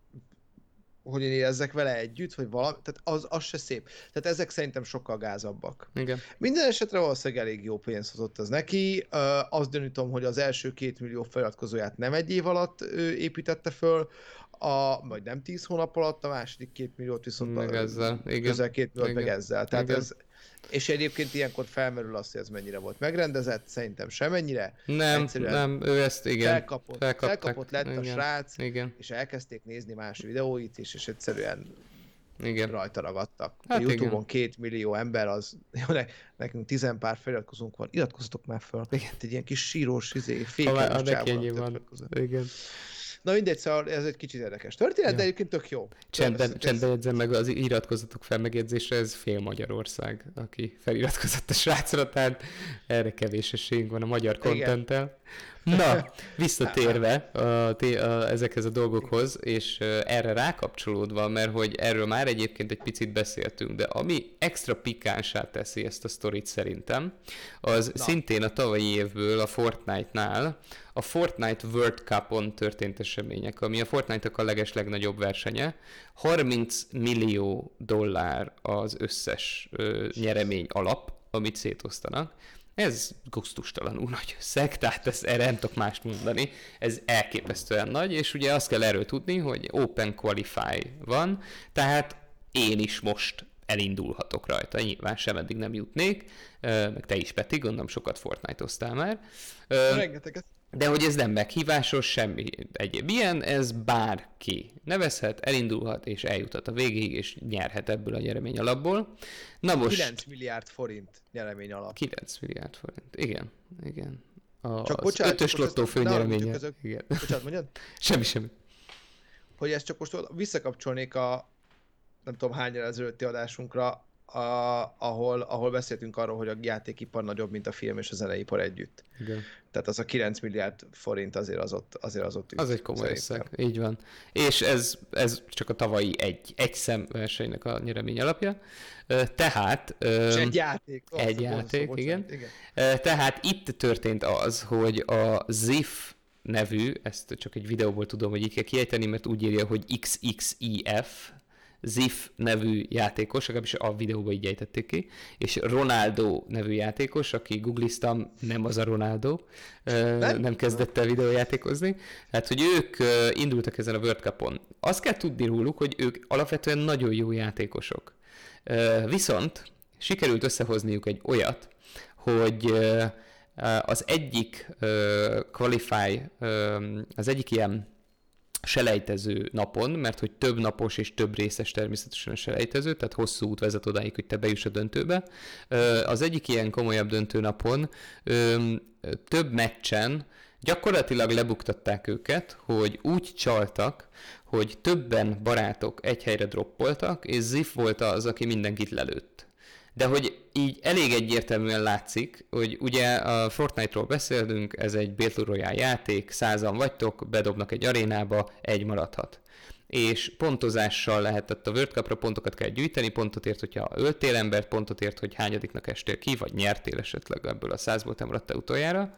Speaker 2: hogy én érezzek vele együtt, vagy valami, tehát az, az se szép. Tehát ezek szerintem sokkal gázabbak.
Speaker 1: Igen.
Speaker 2: Minden esetre valószínűleg elég jó pénzt hozott az neki. Azt gyanítom, hogy az első két millió feliratkozóját nem egy év alatt építette föl, a, vagy nem tíz hónap alatt, a második két milliót viszont
Speaker 1: Meg ezzel, igen.
Speaker 2: közel két milliót meg
Speaker 1: Igen.
Speaker 2: ezzel. Tehát
Speaker 1: Igen.
Speaker 2: ez, és egyébként ilyenkor felmerül az, hogy ez mennyire volt megrendezett, szerintem semennyire.
Speaker 1: Nem,
Speaker 2: Egyszerűen
Speaker 1: nem, ő ezt igen.
Speaker 2: felkapott,
Speaker 1: felkapták.
Speaker 2: felkapott lett
Speaker 1: Igen.
Speaker 2: a srác,
Speaker 1: Igen.
Speaker 2: és elkezdték nézni más videóit is, és egyszerűen
Speaker 1: Igen.
Speaker 2: rajta ragadtak.
Speaker 1: Hát
Speaker 2: a YouTube-on
Speaker 1: igen.
Speaker 2: két millió ember, az jó, ne, nekünk tizenpár feliratkozónk van, iratkozzatok már fel.
Speaker 1: Igen.
Speaker 2: Hát egy ilyen kis sírós, izé,
Speaker 1: Ha már
Speaker 2: fékelős
Speaker 1: a neki
Speaker 2: csávó.
Speaker 1: ennyi van. Igen.
Speaker 2: Na mindegy, szóval ez egy kicsit érdekes történet,
Speaker 1: Ja.
Speaker 2: de egyébként tök jó.
Speaker 1: Csendben,
Speaker 2: Ez- ez-
Speaker 1: csendben jegyzem meg, az iratkozzatok fel megjegyzésre, ez fél Magyarország, aki feliratkozott a srácra, tehát erre kevés esélyünk van a magyar
Speaker 2: Igen.
Speaker 1: kontenttel. Na, visszatérve a, té- a, ezekhez a dolgokhoz, és uh, erre rákapcsolódva, mert hogy erről már egyébként egy picit beszéltünk, de ami extra pikánsá teszi ezt a sztorit szerintem, az
Speaker 2: Na.
Speaker 1: szintén a tavalyi évből a Fortnite-nál a Fortnite World Cup-on történt események, ami a Fortnite-nak a leges legnagyobb versenye. harminc millió dollár az összes ö, nyeremény alap, amit szétosztanak. Ez gusztustalanul nagy összeg, tehát ezt, erre nem tudok mást mondani. Ez elképesztően nagy, és ugye azt kell erről tudni, hogy Open Qualify van, tehát én is most elindulhatok rajta, nyilván sem eddig nem jutnék, meg te is, Peti, gondolom sokat Fortnite-oztál már.
Speaker 2: Rengeteget.
Speaker 1: De hogy ez nem meghívásos, semmi egyéb ilyen, ez bárki nevezhet, elindulhat és eljuthat a végéig, és nyerhet ebből a nyeremény alapból. Na most...
Speaker 2: kilenc milliárd forint nyeremény alap.
Speaker 1: kilenc milliárd forint, igen, igen. A,
Speaker 2: Csak
Speaker 1: az
Speaker 2: bocsánat,
Speaker 1: ötös
Speaker 2: csak most
Speaker 1: lottó
Speaker 2: ezt- ne
Speaker 1: főnyereménye.
Speaker 2: haragudjuk, ezek-
Speaker 1: Igen.
Speaker 2: Bocsánat, mondjad?
Speaker 1: Semmi, semmi.
Speaker 2: Hogy ezt csak most visszakapcsolnék a nem tudom hány ezelőtti adásunkra, a, ahol, ahol beszéltünk arról, hogy a játékipar nagyobb, mint a film és a zeneipar együtt.
Speaker 1: Igen.
Speaker 2: Tehát az a kilenc milliárd forint azért az ott, azért az ott üt,
Speaker 1: Az egy komoly
Speaker 2: szerintem.
Speaker 1: összeg, így van. És ez, ez csak a tavalyi egy, egy szem versenynek a nyeremény alapja. Tehát...
Speaker 2: És egy játék.
Speaker 1: Egy játék, szó, igen. igen. Tehát itt történt az, hogy a Ziff nevű, ezt csak egy videóból tudom, hogy így kell kiejteni, mert úgy írja, hogy iksz iksz i ef, Ziff nevű játékos, legalábbis a videóban így ejtették ki, és Ronaldo nevű játékos, aki googliztam, nem az a Ronaldo, nem, nem kezdett el videójátékozni, hát hogy ők indultak ezen a World Cupon. Azt kell tudni róluk, hogy ők alapvetően nagyon jó játékosok. Viszont sikerült összehozniuk egy olyat, hogy az egyik qualify, az egyik ilyen selejtező napon, mert hogy több napos és több részes természetesen a selejtező, tehát hosszú út vezet odáig, hogy te bejuss a döntőbe. Az egyik ilyen komolyabb döntő napon több meccsen gyakorlatilag lebuktatták őket, hogy úgy csaltak, hogy többen barátok egy helyre droppoltak, és Ziff volt az, aki mindenkit lelőtt. De hogy így elég egyértelműen látszik, hogy ugye a Fortnite-ról beszélünk, ez egy Battle Royale játék, százan vagytok, bedobnak egy arénába, egy maradhat. És pontozással lehetett a World Cupra pontokat kell gyűjteni, pontot ért, hogyha öltél embert, pontot ért, hogy hányadiknak estél ki, vagy nyertél esetleg ebből a százból, te maradtál utoljára.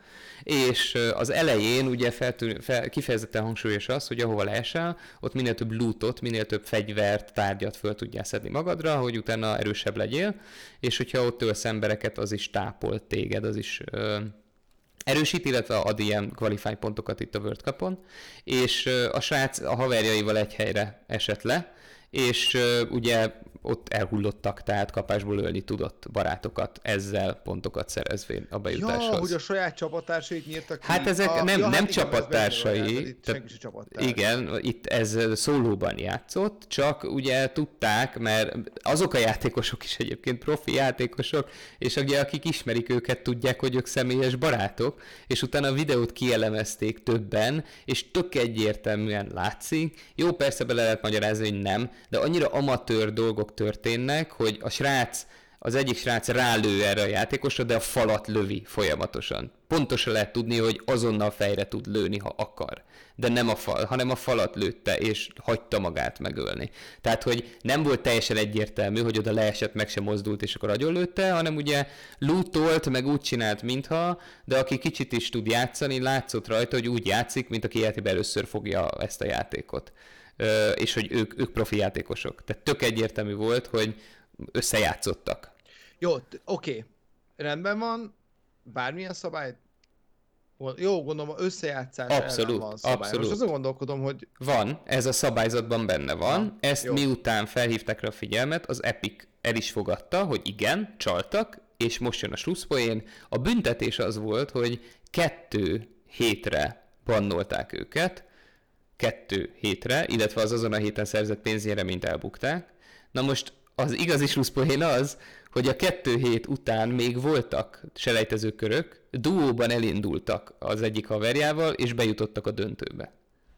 Speaker 1: És az elején ugye feltűn, fel, kifejezetten hangsúlyos az, hogy ahova leesel, ott minél több lootot, minél több fegyvert, tárgyat föl tudjál szedni magadra, hogy utána erősebb legyél, és hogyha ott ölsz embereket, az is tápol téged, az is... Ö, erősít, illetve ad ilyen qualify pontokat itt a World Cupon, és a srác a haverjaival egy helyre esett le, és ugye ott elhullottak, tehát kapásból ölni tudott barátokat, ezzel pontokat szerezvén a bejutáshoz.
Speaker 2: Ja, hogy a saját csapattársait nyírtak ki.
Speaker 1: Hát ezek
Speaker 2: a,
Speaker 1: nem,
Speaker 2: ja,
Speaker 1: nem
Speaker 2: hát
Speaker 1: csapattársai.
Speaker 2: Igen, senki sem csapattárs.
Speaker 1: Igen, itt ez szólóban játszott, csak ugye tudták, mert azok a játékosok is egyébként profi játékosok, és ugye akik ismerik őket, tudják, hogy ők személyes barátok, és utána a videót kielemezték többen, és tök egyértelműen látszik. Jó, persze bele lehet magyarázni, hogy nem, de annyira amatőr dolgok történnek, hogy a srác, az egyik srác rálő erre a játékosra, de a falat lövi folyamatosan. Pontosan lehet tudni, hogy azonnal fejre tud lőni, ha akar. De nem a fal, hanem a falat lőtte, és hagyta magát megölni. Tehát, hogy nem volt teljesen egyértelmű, hogy oda leesett, meg sem mozdult, és akkor agyonlőtte, hanem ugye lootolt, meg úgy csinált, mintha, de aki kicsit is tud játszani, látszott rajta, hogy úgy játszik, mint aki életében először fogja ezt a játékot. És hogy ők, ők profi játékosok. Tehát tök egyértelmű volt, hogy összejátszottak.
Speaker 2: Jó, oké. Okay. Rendben van, bármilyen szabály? Jó, gondolom, összejátszás
Speaker 1: abszolút,
Speaker 2: van szabály.
Speaker 1: abszolút.
Speaker 2: Most azon gondolkodom, hogy...
Speaker 1: Van, ez a szabályzatban benne van. van. Ezt
Speaker 2: jó.
Speaker 1: Miután felhívták rá a figyelmet, az Epic el is fogadta, hogy igen, csaltak, és most jön a slusszpoén. A büntetés az volt, hogy kettő hétre bannolták őket, kettő hétre, illetve az azon a héten szerzett pénznyereményt elbukták. Na most az igazi slusszpoén az, hogy a kettő hét után még voltak selejtező körök, duóban elindultak az egyik haverjával, és bejutottak a döntőbe.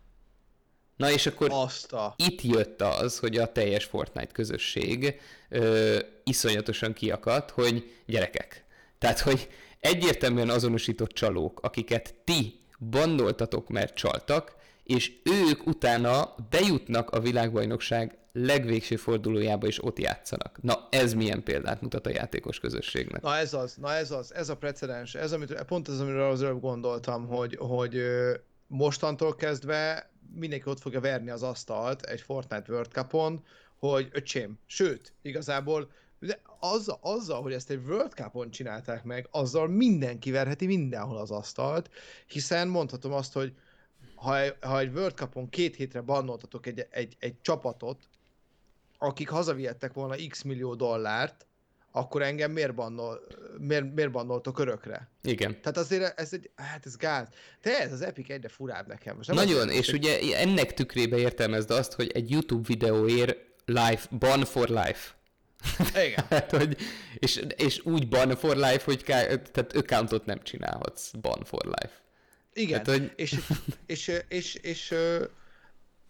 Speaker 1: Na és akkor
Speaker 2: Azta.
Speaker 1: itt jött az, hogy a teljes Fortnite közösség ö, iszonyatosan kiakadt, hogy gyerekek. Tehát, hogy egyértelműen azonosított csalók, akiket ti bannoltatok, mert csaltak, és ők utána bejutnak a világbajnokság legvégső fordulójába, és ott játszanak. Na, ez milyen példát mutat a játékos közösségnek?
Speaker 2: Na ez az, na ez az, ez a precedens, ez amit, pont az, amiről az előbb gondoltam, hogy, hogy mostantól kezdve mindenki ott fogja verni az asztalt egy Fortnite World Cupon, hogy öcsém, sőt, igazából de azzal, azzal, hogy ezt egy World Cupon csinálták meg, azzal mindenki verheti mindenhol az asztalt, hiszen mondhatom azt, hogy ha, ha egy World Cupon két hétre bannoltatok egy, egy, egy csapatot, akik hazavihettek volna x millió dollárt, akkor engem miért, bannol, miért, miért bannoltok örökre?
Speaker 1: Igen.
Speaker 2: Tehát azért ez egy, hát ez gáz. De ez az Epic egyre furább nekem. Most
Speaker 1: nagyon,
Speaker 2: azért,
Speaker 1: és ugye egy... ennek tükrébe értelmezd azt, hogy egy YouTube videóért life, ban for life.
Speaker 2: Igen.
Speaker 1: hát, hogy, és, és úgy ban for life, hogy ká, tehát accountot nem csinálhatsz ban for life.
Speaker 2: Igen,
Speaker 1: hát, hogy...
Speaker 2: és, és, és, és, és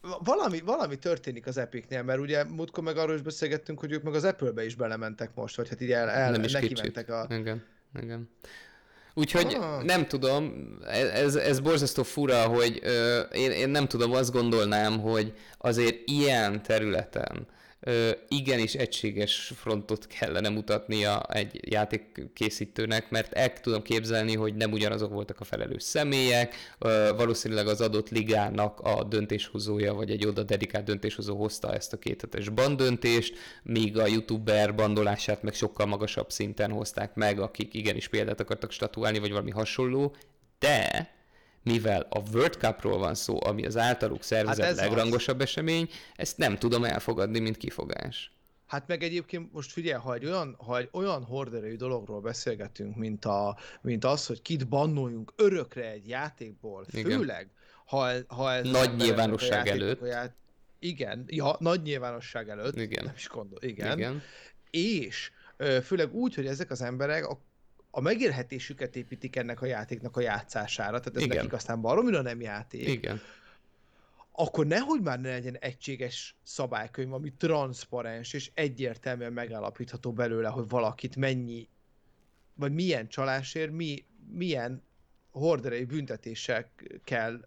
Speaker 2: valami, valami történik az Epicnél, mert ugye múltkor meg arról is beszélgettünk, hogy ők meg az Apple-be is belementek most, vagy hát így el, el
Speaker 1: Nem is
Speaker 2: neki
Speaker 1: kicsit.
Speaker 2: mentek a...
Speaker 1: Igen, igen. Úgyhogy
Speaker 2: Ah.
Speaker 1: nem tudom, ez, ez borzasztó fura, hogy ö, én, én nem tudom, azt gondolnám, hogy azért ilyen területen ö, igenis egységes frontot kellene mutatnia egy játékkészítőnek, mert el tudom képzelni, hogy nem ugyanazok voltak a felelős személyek, ö, valószínűleg az adott ligának a döntéshozója, vagy egy oda dedikált döntéshozó hozta ezt a kéthetes bandöntést, míg a youtuber bandolását meg sokkal magasabb szinten hozták meg, akik igenis példát akartak statuálni, vagy valami hasonló, de mivel a World Cupról van szó, ami az általuk szervezett hát legrangosabb az. esemény, ezt nem tudom elfogadni, mint kifogás.
Speaker 2: Hát meg egyébként most figyelj, ha egy olyan, ha egy olyan horderejű dologról beszélgetünk, mint, a, mint az, hogy kit bannoljunk örökre egy játékból,
Speaker 1: igen.
Speaker 2: főleg, ha, ha ez...
Speaker 1: Nagy nyilvánosság előtt.
Speaker 2: Ját... Igen, ja, nagy nyilvánosság előtt,
Speaker 1: igen.
Speaker 2: nem is gondol, igen.
Speaker 1: igen.
Speaker 2: És főleg úgy, hogy ezek az emberek a a megélhetésüket építik ennek a játéknak a játszására, tehát ez igen. nekik aztán baromira nem játék.
Speaker 1: Igen.
Speaker 2: Akkor nehogy már ne legyen egységes szabálykönyv, ami transzparens és egyértelműen megállapítható belőle, hogy valakit mennyi, vagy milyen csalásért, mi, milyen horderejű büntetéssel kell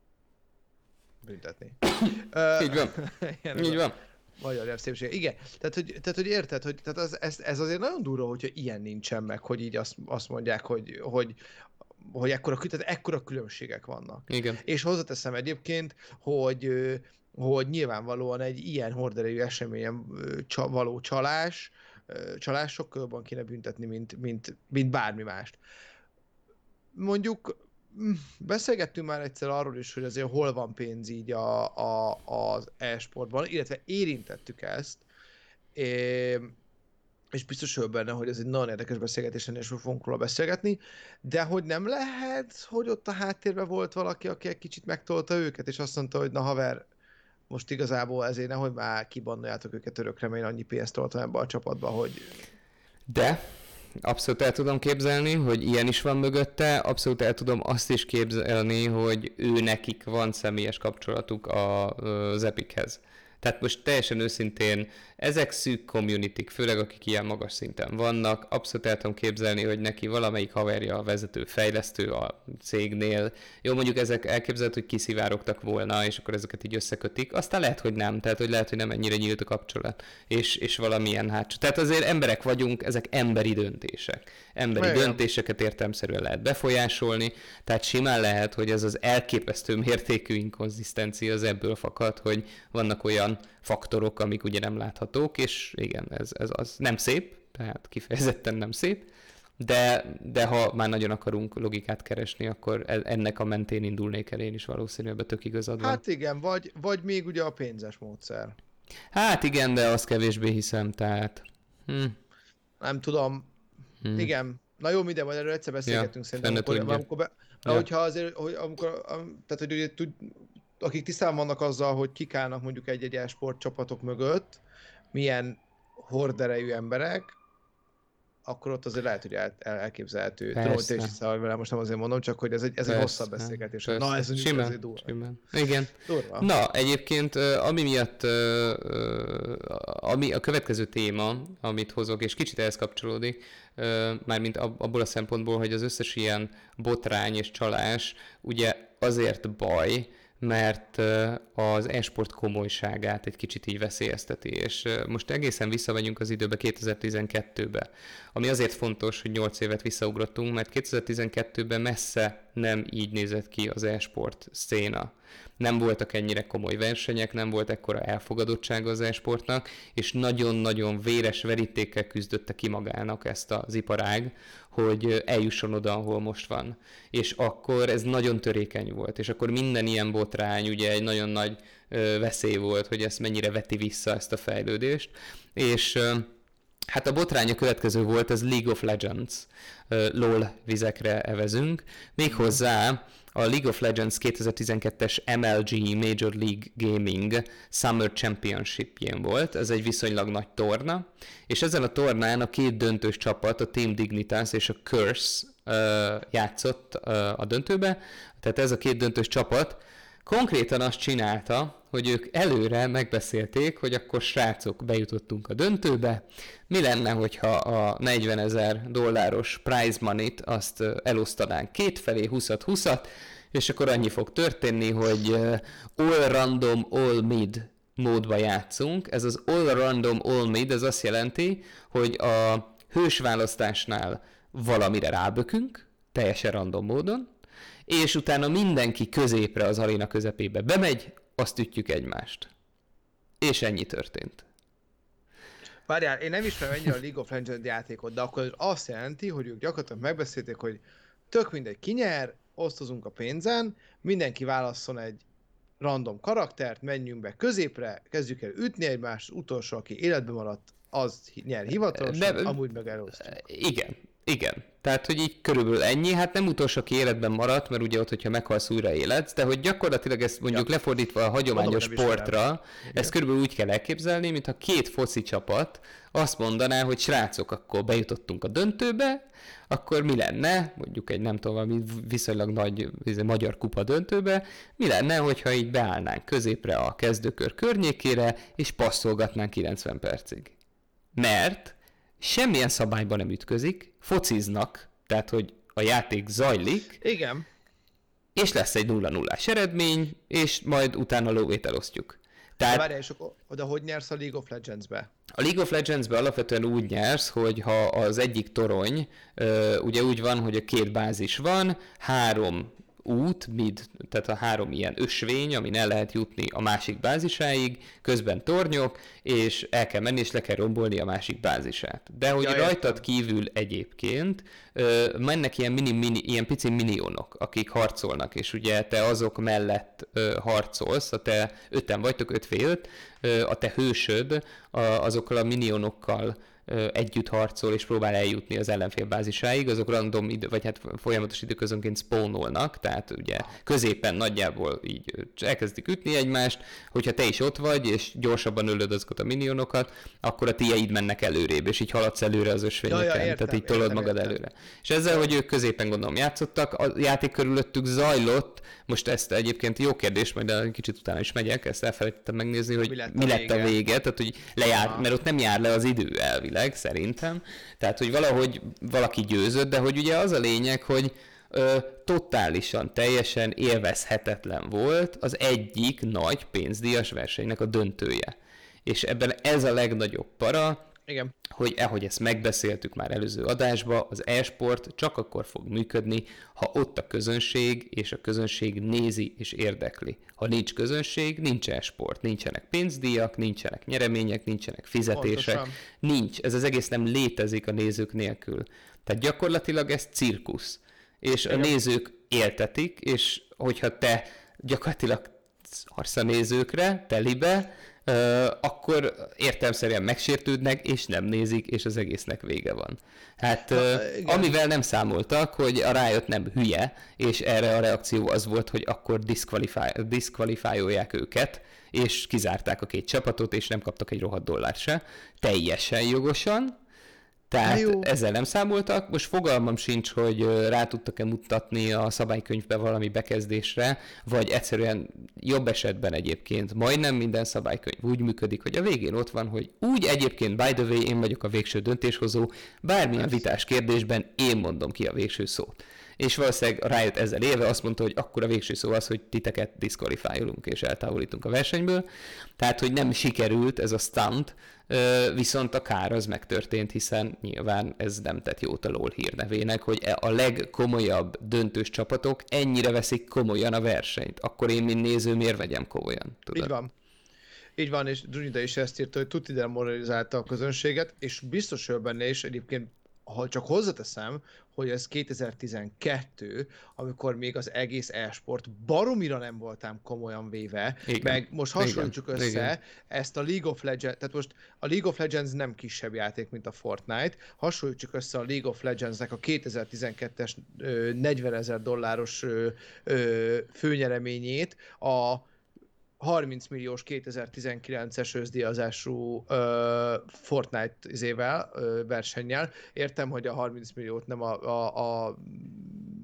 Speaker 2: büntetni.
Speaker 1: Így van. Így van.
Speaker 2: Magyar nyelvszépség. Igen, tehát hogy, tehát, hogy érted, hogy tehát az, ez, ez azért nagyon durva, hogyha ilyen nincsen meg, hogy így azt, azt mondják, hogy, hogy, hogy ekkora, tehát ekkora különbségek vannak.
Speaker 1: Igen.
Speaker 2: És hozzáteszem egyébként, hogy, hogy nyilvánvalóan egy ilyen horderejű eseményen való csalás, csalás sokkal jobban kéne büntetni, mint, mint, mint bármi mást. Mondjuk beszélgettünk már egyszer arról is, hogy azért hol van pénz így a, a, az e-sportban, illetve érintettük ezt, és biztos vagyok benne, hogy ez egy nagyon érdekes beszélgetés, és fogunk róla beszélgetni, de hogy nem lehet, hogy ott a háttérben volt valaki, aki egy kicsit megtolta őket, és azt mondta, hogy na haver, most igazából ezért nehogy már kibannoljátok őket örökre, mert én annyi pénzt toltam ebbe a csapatba, hogy...
Speaker 1: De... Abszolút el tudom képzelni, hogy ilyen is van mögötte, abszolút el tudom azt is képzelni, hogy ő nekik van személyes kapcsolatuk az Epichez. Tehát most teljesen őszintén, ezek szűk communityk, főleg akik ilyen magas szinten vannak, abszolút el tudom képzelni, hogy neki valamelyik haverja a vezető fejlesztő a cégnél. Jó, mondjuk ezek elképzelhető, hogy kiszivárogtak volna, és akkor ezeket így összekötik. Aztán lehet, hogy nem, tehát hogy lehet, hogy nem ennyire nyílt a kapcsolat, és, és valamilyen hátsó. Tehát azért emberek vagyunk, ezek emberi döntések. Emberi Olyan. döntéseket értelemszerűen lehet befolyásolni, tehát simán lehet, hogy ez az elképesztő mértékű inkonzisztencia az ebből fakad, hogy vannak olyan faktorok, amik ugye nem láthatók, és igen, ez, ez az nem szép, tehát kifejezetten nem szép, de, de ha már nagyon akarunk logikát keresni, akkor ennek a mentén indulnék el én is valószínűleg, tök igazad van.
Speaker 2: Hát igen, vagy, vagy még ugye a pénzes módszer.
Speaker 1: Hát igen, de azt kevésbé hiszem, tehát... Hm.
Speaker 2: Nem tudom, hm. igen. Na jó, minden, majd erről egyszer beszélgetünk, ja, szerintem. Amikor, amikor be, ja. Hogyha azért, hogy amikor, tehát hogy ugye tud, akik tisztában vannak azzal, hogy kik állnak mondjuk egy-egy e-sport csapatok mögött, milyen horderejű emberek, akkor ott azért lehet, hogy el, el, elképzelhető. Tudom, hogy te is hiszál velem, most nem azért mondom, csak hogy ez egy, ez egy hosszabb beszélgetés. Persze. Na, ez mondjuk azért durva.
Speaker 1: Igen.
Speaker 2: Durva.
Speaker 1: Na, egyébként, ami miatt, ami a következő téma, amit hozok, és kicsit ehhez kapcsolódik, mármint abból a szempontból, hogy az összes ilyen botrány és csalás ugye azért baj, mert az e-sport komolyságát egy kicsit így veszélyezteti, és most egészen visszamegyünk az időbe, kétezer-tizenkettőbe, ami azért fontos, hogy nyolc évet visszaugrottunk, mert kétezer-tizenkettőben messze nem így nézett ki az e-sport széna. Nem voltak ennyire komoly versenyek, nem volt ekkora elfogadottsága az e-sportnak, és nagyon-nagyon véres verítékkel küzdötte ki magának ezt az iparág, hogy eljusson oda, ahol most van. És akkor ez nagyon törékeny volt, és akkor minden ilyen botrány ugye egy nagyon nagy ö, veszély volt, hogy ezt mennyire veti vissza ezt a fejlődést, és ö, hát a botrány a következő volt, ez League of Legends, ö, LOL vizekre evezünk, méghozzá a League of Legends kétezer-tizenkettes em el gé Major League Gaming Summer Championship-jén volt, ez egy viszonylag nagy torna, és ezen a tornán a két döntős csapat, a Team Dignitas és a Curse uh, játszott uh, a döntőbe, tehát ez a két döntős csapat konkrétan azt csinálta, hogy ők előre megbeszélték, hogy akkor srácok, bejutottunk a döntőbe, mi lenne, hogyha a negyvenezer dolláros prize money-t azt elosztanánk kétfelé, húszat húszat, és akkor annyi fog történni, hogy all random, all mid módba játszunk. Ez az all random, all mid, ez azt jelenti, hogy a hősválasztásnál valamire rábökünk, teljesen random módon, és utána mindenki középre az aréna közepébe bemegy, azt ütjük egymást. És ennyi történt.
Speaker 2: Várjál, én nem ismerem ennyire a League of Legends játékot, de akkor ez azt jelenti, hogy ők gyakorlatilag megbeszélték, hogy tök mindegy ki nyer, osztozunk a pénzen, mindenki válasszon egy random karaktert, menjünk be középre, kezdjük el ütni egymást, az utolsó, aki életben maradt, az nyer hivatalosan, de, amúgy meg elosztjuk.
Speaker 1: Igen, igen. Tehát, hogy így körülbelül ennyi, hát nem utolsó, aki életben maradt, mert ugye ott, hogyha meghalsz, újra életsz, de hogy gyakorlatilag ezt mondjuk ja. lefordítva a hagyományos Mondom, sportra, ezt körülbelül úgy kell elképzelni, mintha két foci csapat azt mondaná, hogy srácok, akkor bejutottunk a döntőbe, akkor mi lenne, mondjuk egy nem tudom, valami viszonylag nagy magyar kupa döntőbe, mi lenne, hogyha így beállnánk középre a kezdőkör környékére, és passzolgatnánk kilencven percig. Mert semmilyen szabályban nem ütközik, fociznak, tehát hogy a játék zajlik,
Speaker 2: igen,
Speaker 1: és lesz egy nulla nullás eredmény, és majd utána lóvét elosztjuk.
Speaker 2: Tehát... De várjál, és akkor oda hogy nyersz a League of Legends-be?
Speaker 1: A League of Legends-be alapvetően úgy nyersz, hogy ha az egyik torony, ugye úgy van, hogy a két bázis van, három út, mid, tehát a három ilyen ösvény, amin el lehet jutni a másik bázisáig, közben tornyok, és el kell menni, és le kell rombolni a másik bázisát. De hogy ja, rajtad értem. Kívül egyébként ö, mennek ilyen, mini, mini, ilyen pici minionok, akik harcolnak, és ugye te azok mellett ö, harcolsz, a te öten vagytok, öt fé öt, ö, a te hősöd a, azokkal a minionokkal együtt harcol és próbál eljutni az ellenfél bázisáig, azok random idő, vagy hát folyamatos időközönként spawnolnak, tehát ugye középen nagyjából így elkezdik ütni egymást, hogyha te is ott vagy, és gyorsabban ölöd azokat a minionokat, akkor a tieid mennek előrébb, és így haladsz előre az ösvényeken, ja, ja, értem, tehát így tolod értem, magad értem. előre. És ezzel, hogy ők középen gondolom játszottak, a játék körülöttük zajlott, most ezt egyébként jó kérdés, majd egy kicsit utána is megyek, ezt elfelejtettem megnézni, hogy mi lett a, mi lett a vége, tehát hogy lejár, mert ott nem jár le az idő elvileg, szerintem. Tehát, hogy valahogy valaki győzött, de hogy ugye az a lényeg, hogy ö, totálisan, teljesen élvezhetetlen volt az egyik nagy pénzdíjas versenynek a döntője. És ebben ez a legnagyobb para,
Speaker 2: igen.
Speaker 1: hogy ahogy ezt megbeszéltük már előző adásban, az e-sport csak akkor fog működni, ha ott a közönség, és a közönség nézi és érdekli. Ha nincs közönség, nincs e-sport, nincsenek pénzdíjak, nincsenek nyeremények, nincsenek fizetések, Pontosan. nincs. Ez az egész nem létezik a nézők nélkül. Tehát gyakorlatilag ez cirkusz. És igen. a nézők éltetik, és hogyha te gyakorlatilag szarsz a nézőkre, telibe, Uh, akkor értelemszerűen megsértődnek, és nem nézik, és az egésznek vége van. Hát uh, Na, amivel nem számoltak, hogy a Riot nem hülye, és erre a reakció az volt, hogy akkor diszkvalifikálják őket, és kizárták a két csapatot, és nem kaptak egy rohadt dollárt se. Teljesen jogosan. Tehát ezzel nem számoltak, most fogalmam sincs, hogy rá tudtak-e mutatni a szabálykönyvbe valami bekezdésre, vagy egyszerűen jobb esetben egyébként majdnem minden szabálykönyv úgy működik, hogy a végén ott van, hogy úgy egyébként by the way én vagyok a végső döntéshozó, bármilyen vitás kérdésben én mondom ki a végső szót. És valószínűleg a Riot ezzel élve azt mondta, hogy akkor a végső szó az, hogy titeket diszkvalifikálunk és eltávolítunk a versenyből. Tehát, hogy nem sikerült ez a stunt, viszont a kár az megtörtént, hiszen nyilván ez nem tett jót a LoL hírnevének, hogy a legkomolyabb döntős csapatok ennyire veszik komolyan a versenyt. Akkor én, mint néző, miért vegyem komolyan? Tudod?
Speaker 2: Így van. Így van, és Drunida is ezt írta, hogy tuti demoralizálta a közönséget, és biztos, hogy benne is egyébként, ha csak hozzateszem, hogy ez kétezer-tizenkettő, amikor még az egész e-sport baromira nem voltám komolyan véve, igen. meg most hasonlítsuk igen. össze igen. ezt a League of Legends, tehát most a League of Legends nem kisebb játék, mint a Fortnite, hasonlítsuk össze a League of Legendsnek a kétezer-tizenkettes negyvenezer dolláros ö, ö, főnyereményét a harminc milliós kétezer-tizenkilences őszdíjazású uh, Fortnite izével, uh, versennyel. Értem, hogy a harminc milliót nem a, a, a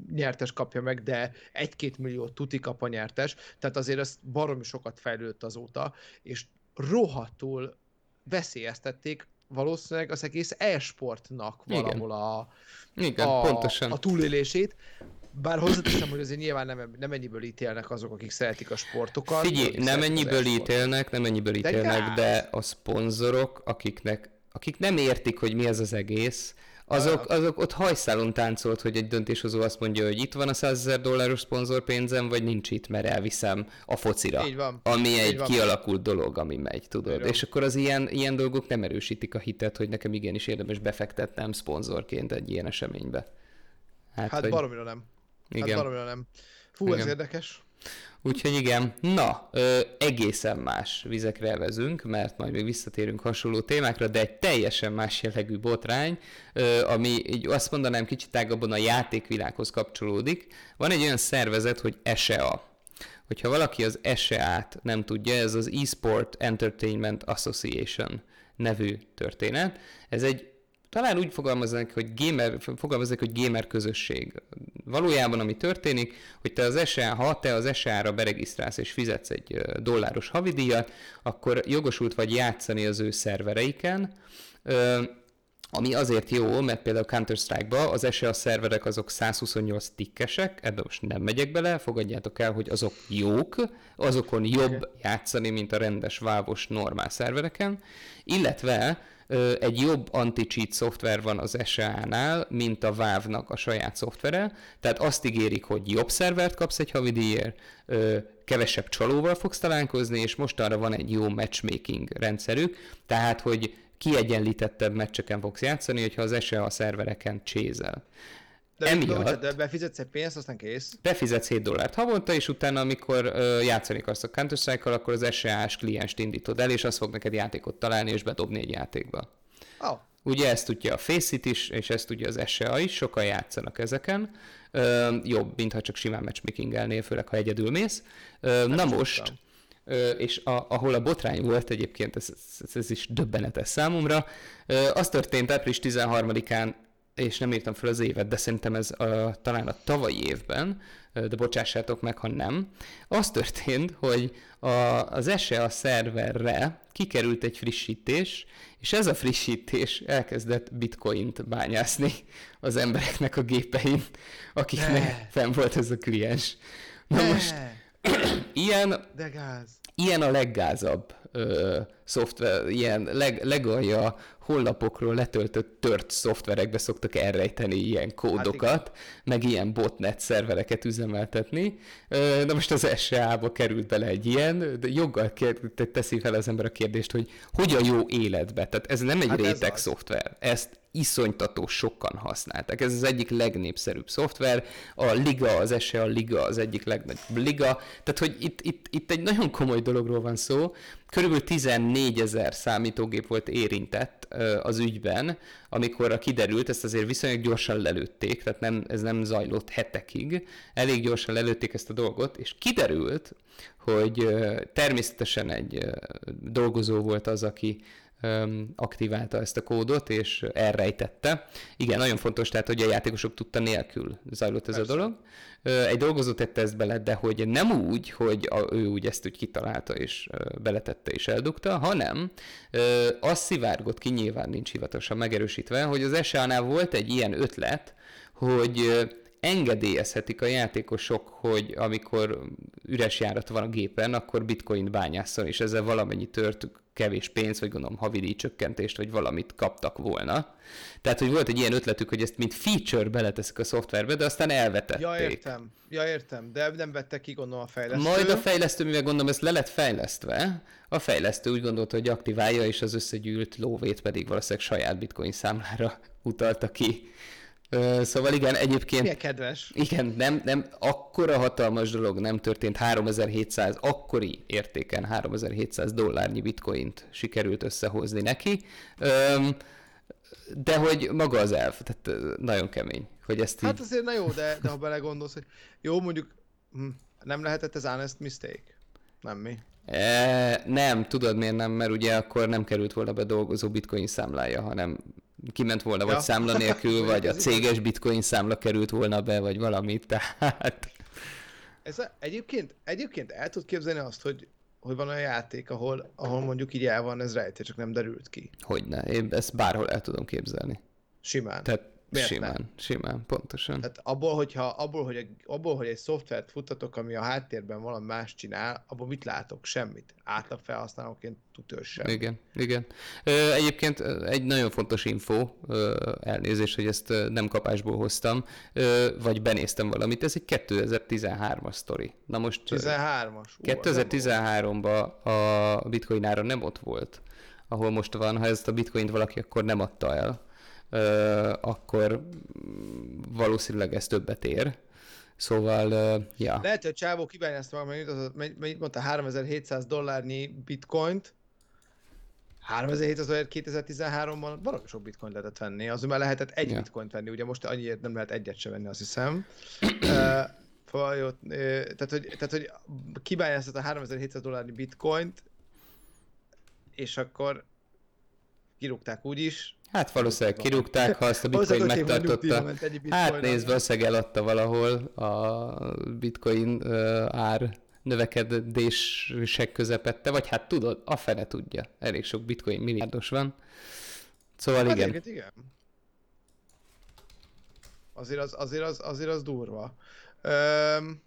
Speaker 2: nyertes kapja meg, de egy-két millió tuti kap a nyertes, tehát azért ez baromi sokat fejlődött azóta, és rohadtul veszélyeztették valószínűleg az egész e-sportnak
Speaker 1: Igen.
Speaker 2: valahol a,
Speaker 1: Igen,
Speaker 2: a,
Speaker 1: pontosan.
Speaker 2: a túlélését. Bár hozzáteszem, hogy azért nyilván nem, nem ennyiből ítélnek azok, akik szeretik a sportokat.
Speaker 1: Figyelj, nem ennyiből ítélnek, nem ennyiből
Speaker 2: De
Speaker 1: ítélnek,
Speaker 2: gáz.
Speaker 1: de a szponzorok, akiknek, akik nem értik, hogy mi ez az egész, azok, azok ott hajszálon táncolt, hogy egy döntéshozó azt mondja, hogy itt van a százezer dolláros szponzorpénzem, vagy nincs itt, mert elviszem a focira.
Speaker 2: Így van.
Speaker 1: Ami
Speaker 2: Így
Speaker 1: egy
Speaker 2: van.
Speaker 1: kialakult dolog, ami megy, tudod.
Speaker 2: Így van.
Speaker 1: És akkor az ilyen, ilyen dolgok nem erősítik a hitet, hogy nekem igenis érdemes befektetnem szponzorként egy ilyen eseménybe.
Speaker 2: Hát, hát
Speaker 1: hogy...
Speaker 2: baromira nem.
Speaker 1: Igen.
Speaker 2: Hát baromira nem. Fú,
Speaker 1: Igen.
Speaker 2: ez érdekes.
Speaker 1: Úgyhogy igen, na, ö, egészen más vizekre vezünk, mert majd még visszatérünk hasonló témákra, de egy teljesen más jellegű botrány, ö, ami így azt mondanám kicsit tágabban a játékvilághoz kapcsolódik. Van egy olyan szervezet, hogy e s e a. Hogyha valaki az e s e á-t nem tudja, ez az eSport Entertainment Association nevű történet. Ez egy talán úgy fogalmaznak, hogy gamer, fogalmaznak, hogy gamer közösség. Valójában ami történik, hogy te az es e á, ha te az es e á-ra beregisztrálsz és fizetsz egy dolláros havidíjat, akkor jogosult vagy játszani az ő szervereiken, ami azért jó, mert például Counter-Strike-ba az es e á szerverek azok száz huszonnyolc tikkesek, ebbe most nem megyek bele, fogadjátok el, hogy azok jók, azokon jobb játszani, mint a rendes vávos normál szervereken, illetve egy jobb anti-cheat szoftver van az es e á-nál, mint a Valve-nak a saját szoftvere, tehát azt ígérik, hogy jobb szervert kapsz egy havidíjért, kevesebb csalóval fogsz találkozni, és mostanra van egy jó matchmaking rendszerük, tehát hogy kiegyenlítettebb meccseken fogsz játszani, hogyha az es e á szervereken csézel.
Speaker 2: De,
Speaker 1: Emiatt
Speaker 2: de befizetsz egy pénzt, aztán kész.
Speaker 1: befizetsz hét dollárt havonta, és utána, amikor ö, játszani akarsz a Counter-Strike-kal, akkor az es e á-s klienst indítod el, és az fog neked játékot találni, és bedobni egy játékba.
Speaker 2: Oh.
Speaker 1: Ugye ezt tudja a Faceit is, és ezt tudja az es e á is, sokan játszanak ezeken. Ö, jobb, mintha csak simán matchmakingelnél, főleg ha egyedül mész. Ö, na most, ö, és a, ahol a botrány volt egyébként, ez, ez, ez is döbbenetes számomra, ö, az történt április tizenharmadikán, és nem írtam fel az évet, de szerintem ez a, talán a tavalyi évben, de bocsássátok meg, ha nem. Az történt, hogy a, az es e á szerverre kikerült egy frissítés, és ez a frissítés elkezdett bitcoint bányászni az embereknek a gépein, akiknek fenn volt ez a kliens. Na
Speaker 2: Ne.
Speaker 1: most, ilyen,
Speaker 2: De gáz.
Speaker 1: ilyen a leggázabb ö, szoftver, ilyen leg, legalja honlapokról letöltött tört szoftverekbe szoktak elrejteni ilyen kódokat, hát meg ilyen botnet szervereket üzemeltetni. Ö, na most az es e á-ba került bele egy ilyen, de joggal kér, teszi fel az ember a kérdést, hogy hogyan jó életbe. Tehát ez nem egy hát réteg ez szoftver. Ezt iszonytató sokan használták. Ez az egyik legnépszerűbb szoftver. A Liga, az es e á Liga az egyik legnagyobb liga. Tehát, hogy itt, itt, itt egy nagyon komoly dologról van szó. Körülbelül tizennégyezer számítógép volt érintett ö, az ügyben, amikor kiderült, ezt azért viszonylag gyorsan lelőtték, tehát nem, ez nem zajlott hetekig, elég gyorsan lelőtték ezt a dolgot, és kiderült, hogy ö, természetesen egy ö, dolgozó volt az, aki aktiválta ezt a kódot, és elrejtette. Igen, nagyon fontos, tehát, hogy a játékosok tudta nélkül zajlott ez Persze. a dolog. Egy dolgozó tette ezt bele, de hogy nem úgy, hogy a, ő úgy ezt úgy kitalálta, és beletette és eldugta, hanem az szivárgott ki, nyilván nincs hivatalosan megerősítve, hogy az es e á-nál volt egy ilyen ötlet, hogy engedélyezhetik a játékosok, hogy amikor üres járat van a gépen, akkor bitcoint bányásszon, és ezzel valamennyi tört kevés pénz, vagy gondolom havidíj csökkentést, vagy valamit kaptak volna. Tehát, hogy volt egy ilyen ötletük, hogy ezt mint feature beleteszik a szoftverbe, de aztán elvetették.
Speaker 2: Ja, értem. Ja, értem. De nem vette ki, gondolom, a fejlesztő.
Speaker 1: Majd a fejlesztő, mivel gondolom, ezt le lett fejlesztve, a fejlesztő úgy gondolta, hogy aktiválja, és az összegyűlt lóvét pedig valószínűleg saját bitcoin számlára utalta ki. Szóval igen, egyébként...
Speaker 2: Milyen kedves.
Speaker 1: Igen, nem, nem, akkora hatalmas dolog nem történt, háromezer-hétszáz, akkori értéken háromezer-hétszáz dollárnyi bitcoint sikerült összehozni neki, de hogy maga az elf, tehát nagyon kemény, hogy ezt
Speaker 2: Hát
Speaker 1: így...
Speaker 2: azért na jó, de, de ha belegondolsz, hogy jó, mondjuk hm, nem lehetett ez honest mistake? Nem mi?
Speaker 1: E, nem, tudod miért nem, mert ugye akkor nem került volna be dolgozó bitcoin számlája, hanem kiment volna,
Speaker 2: Ja.
Speaker 1: vagy számla nélkül, vagy a
Speaker 2: Ez
Speaker 1: céges bitcoin számla került volna be, vagy valami, tehát...
Speaker 2: Ez a, egyébként, egyébként el tud képzelni azt, hogy, hogy van olyan játék, ahol, ahol mondjuk így el van ez rejtő, csak nem derült ki.
Speaker 1: Hogyne, én ezt bárhol el tudom képzelni.
Speaker 2: Simán.
Speaker 1: Tehát
Speaker 2: Miért
Speaker 1: simán,
Speaker 2: nem?
Speaker 1: simán, pontosan.
Speaker 2: Tehát abból, hogyha, abból, hogy egy, abból, hogy egy szoftvert futtatok, ami a háttérben valami más csinál, abból mit látok? Semmit. Átlag felhasználóként tutős sem.
Speaker 1: Igen, igen. Ö, egyébként egy nagyon fontos info, ö, elnézést, hogy ezt nem kapásból hoztam, ö, vagy benéztem valamit, ez egy kétezer-tizenhármas sztori. Na most
Speaker 2: tizenhármas. Ú,
Speaker 1: kétezer-tizenháromban a bitcoin ára nem ott volt, ahol most van, ha ezt a bitcoint valaki akkor nem adta el, ö, akkor valószínűleg ez többet ér. Szóval, uh, ja.
Speaker 2: Lehet, hogy a csávó kibányázta valamit, az, mennyit mondta, háromezer-hétszáz dollárnyi bitcoint. háromezer-hétszáz dollár kétezer-tizenháromban valami sok bitcoin lehetett venni, az már lehetett egy
Speaker 1: Ja.
Speaker 2: bitcoint venni, ugye most annyiért nem lehet egyet sem venni, azt hiszem. uh, Fajott, uh, tehát, hogy, tehát, hogy kibányáztat a háromezer-hétszáz dollárnyi bitcoint, és akkor kirúgták úgyis.
Speaker 1: Hát valószínűleg kirúgták, ha azt a bitcoin megtartotta. Hát nézd, valószínűleg eladta valahol a bitcoin uh, ár növekedések közepette, vagy hát tudod, a fene tudja. Elég sok bitcoin milliárdos van. Szóval
Speaker 2: hát
Speaker 1: igen.
Speaker 2: igen. igen. Azért az, azért az, azért az durva. Öm,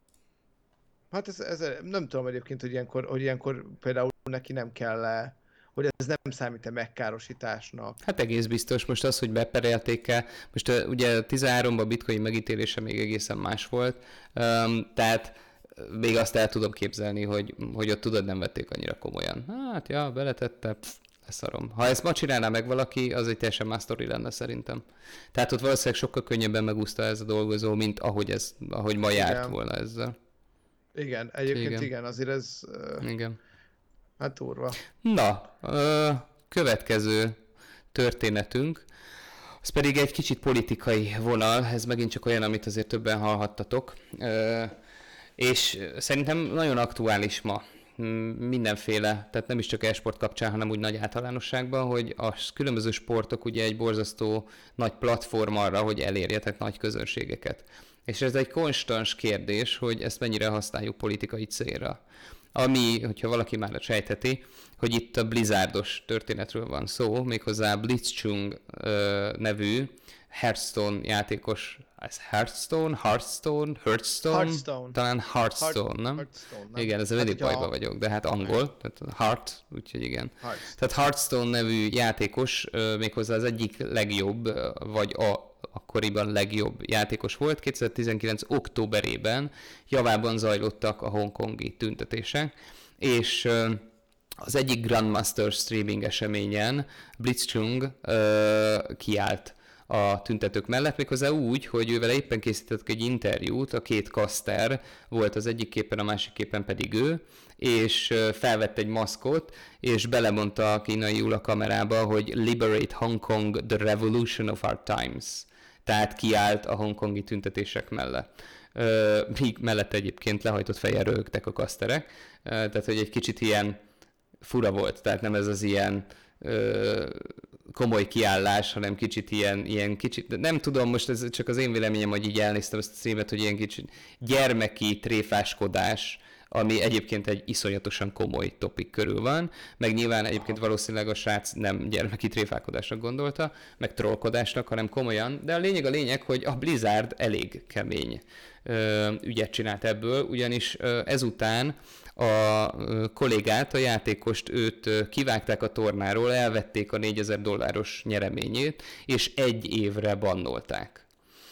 Speaker 2: hát ez, ez, nem tudom egyébként, hogy ilyenkor, hogy ilyenkor például neki nem kell le, hogy ez nem számít-e megkárosításnak.
Speaker 1: Hát egész biztos. Most az, hogy beperelték el, most uh, ugye tizenháromban a bitcoin megítélése még egészen más volt, um, tehát még azt el tudom képzelni, hogy, hogy ott tudod, nem vették annyira komolyan. Hát ja, beletette, pff, leszarom. Ha ezt ma csinálná meg valaki, az egy teljesen más sztori lenne szerintem. Tehát ott valószínűleg sokkal könnyebben megúszta ez a dolgozó, mint ahogy, ez, ahogy ma járt igen. volna ezzel.
Speaker 2: Igen, egyébként igen, igen azért ez... Uh...
Speaker 1: Igen.
Speaker 2: Hát durva.
Speaker 1: Na, ö, következő történetünk, az pedig egy kicsit politikai vonal, ez megint csak olyan, amit azért többen hallhattatok, ö, és szerintem nagyon aktuális ma mindenféle, tehát nem is csak e-sport kapcsán, hanem úgy nagy általánosságban, hogy a különböző sportok ugye egy borzasztó nagy platform arra, hogy elérjetek nagy közönségeket. És ez egy konstans kérdés, hogy ezt mennyire használjuk politikai célra. Ami, hogyha valaki már sejtheti, hogy itt a Blizzardos történetről van szó, méghozzá Blitzchung ö, nevű Hearthstone játékos, ez Hearthstone, Hearthstone, Hearthstone,
Speaker 2: Hearthstone.
Speaker 1: talán Hearthstone, nem?
Speaker 2: Hearthstone, nem?
Speaker 1: Igen, ez a mindig hát, bajba vagyok, de hát angol, tehát Heart, úgyhogy igen.
Speaker 2: Hearthstone.
Speaker 1: Tehát Hearthstone nevű játékos, méghozzá az egyik legjobb, vagy a akkoriban legjobb játékos volt. kétezer-tizenkilenc októberében javában zajlottak a hongkongi tüntetések, és az egyik Grandmaster streaming eseményen Blitzchung kiállt a tüntetők mellett, méghozzá úgy, hogy ővel éppen készítettek egy interjút, a két caster volt az egyik képen, a másik képen pedig ő, és felvett egy maszkot, és belemondta a kínaiul a kamerába, hogy Liberate Hong Kong, the revolution of our times. Tehát kiállt a hongkongi tüntetések mellett. Míg mellett egyébként lehajtott fejjel röhögtek a kaszterek, tehát hogy egy kicsit ilyen fura volt, tehát nem ez az ilyen ö, komoly kiállás, hanem kicsit ilyen, ilyen kicsit, nem tudom, most ez csak az én véleményem, hogy így elnéztem ezt a címet, hogy ilyen kicsit gyermeki tréfáskodás, ami egyébként egy iszonyatosan komoly topik körül van, meg nyilván egyébként valószínűleg a srác nem gyermeki tréfálkodásnak gondolta, meg trollkodásnak, hanem komolyan, de a lényeg a lényeg, hogy a Blizzard elég kemény ö, ügyet csinált ebből, ugyanis ö, ezután a kollégát, a játékost, őt kivágták a tornáról, elvették a négyezer dolláros nyereményét, és egy évre bannolták.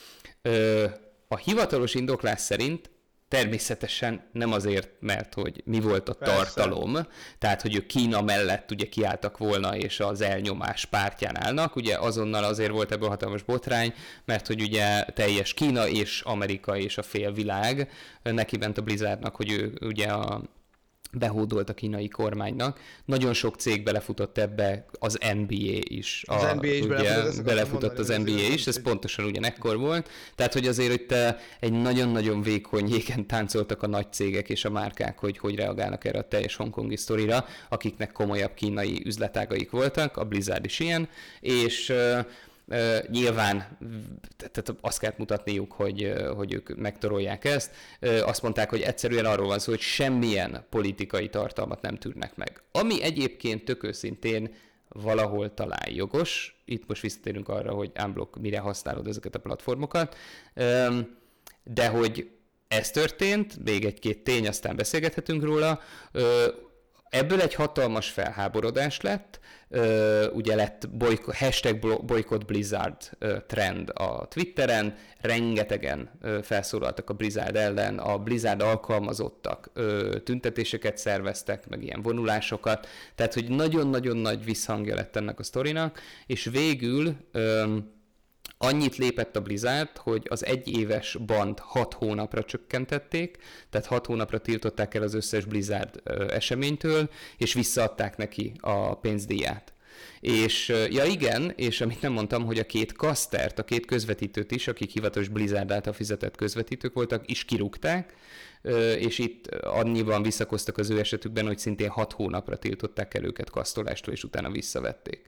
Speaker 1: A hivatalos indoklás szerint természetesen nem azért, mert hogy mi volt a
Speaker 2: Persze.
Speaker 1: tartalom, tehát hogy ők Kína mellett ugye kiálltak volna, és az elnyomás pártján állnak, ugye azonnal azért volt ebből hatalmas botrány, mert hogy ugye teljes Kína és Amerika és a fél világ neki bent a Blizzardnak, hogy ő ugye a behódolt a kínai kormánynak. Nagyon sok cég belefutott ebbe, az en bé á is.
Speaker 2: Az
Speaker 1: a,
Speaker 2: en bé á is
Speaker 1: ugye,
Speaker 2: belefutott,
Speaker 1: belefutott
Speaker 2: mondani,
Speaker 1: az en bé á is, ez pontosan ugyanekkor volt. Tehát, hogy azért itt egy nagyon-nagyon vékony jégen táncoltak a nagy cégek és a márkák, hogy hogy reagálnak erre a teljes hongkongi sztorira, akiknek komolyabb kínai üzletágaik voltak, a Blizzard is ilyen, és Uh, nyilván tehát azt kell mutatniuk, hogy, hogy ők megtorolják ezt. Uh, azt mondták, hogy egyszerűen arról van szó, hogy semmilyen politikai tartalmat nem tűrnek meg. Ami egyébként tök őszintén valahol talán jogos. Itt most visszatérünk arra, hogy unblock mire használod ezeket a platformokat. Um, de hogy ez történt, még egy-két tény, aztán beszélgethetünk róla. Uh, Ebből egy hatalmas felháborodás lett, uh, ugye lett boyko- hashtag boycott Blizzard uh, trend a Twitteren, rengetegen uh, felszólaltak a Blizzard ellen, a Blizzard alkalmazottak uh, tüntetéseket szerveztek, meg ilyen vonulásokat, tehát hogy nagyon-nagyon nagy visszhangja lett ennek a sztorinak, és végül um, annyit lépett a Blizzard, hogy az egyéves bant hat hónapra csökkentették, tehát hat hónapra tiltották el az összes Blizzard eseménytől, és visszaadták neki a pénzdíját. És ja igen, és amit nem mondtam, hogy a két kasztert, a két közvetítőt is, akik hivatalos Blizzard által fizetett közvetítők voltak, is kirúgták, és itt annyiban visszakoztak az ő esetükben, hogy szintén hat hónapra tiltották el őket kasztolástól, és utána visszavették.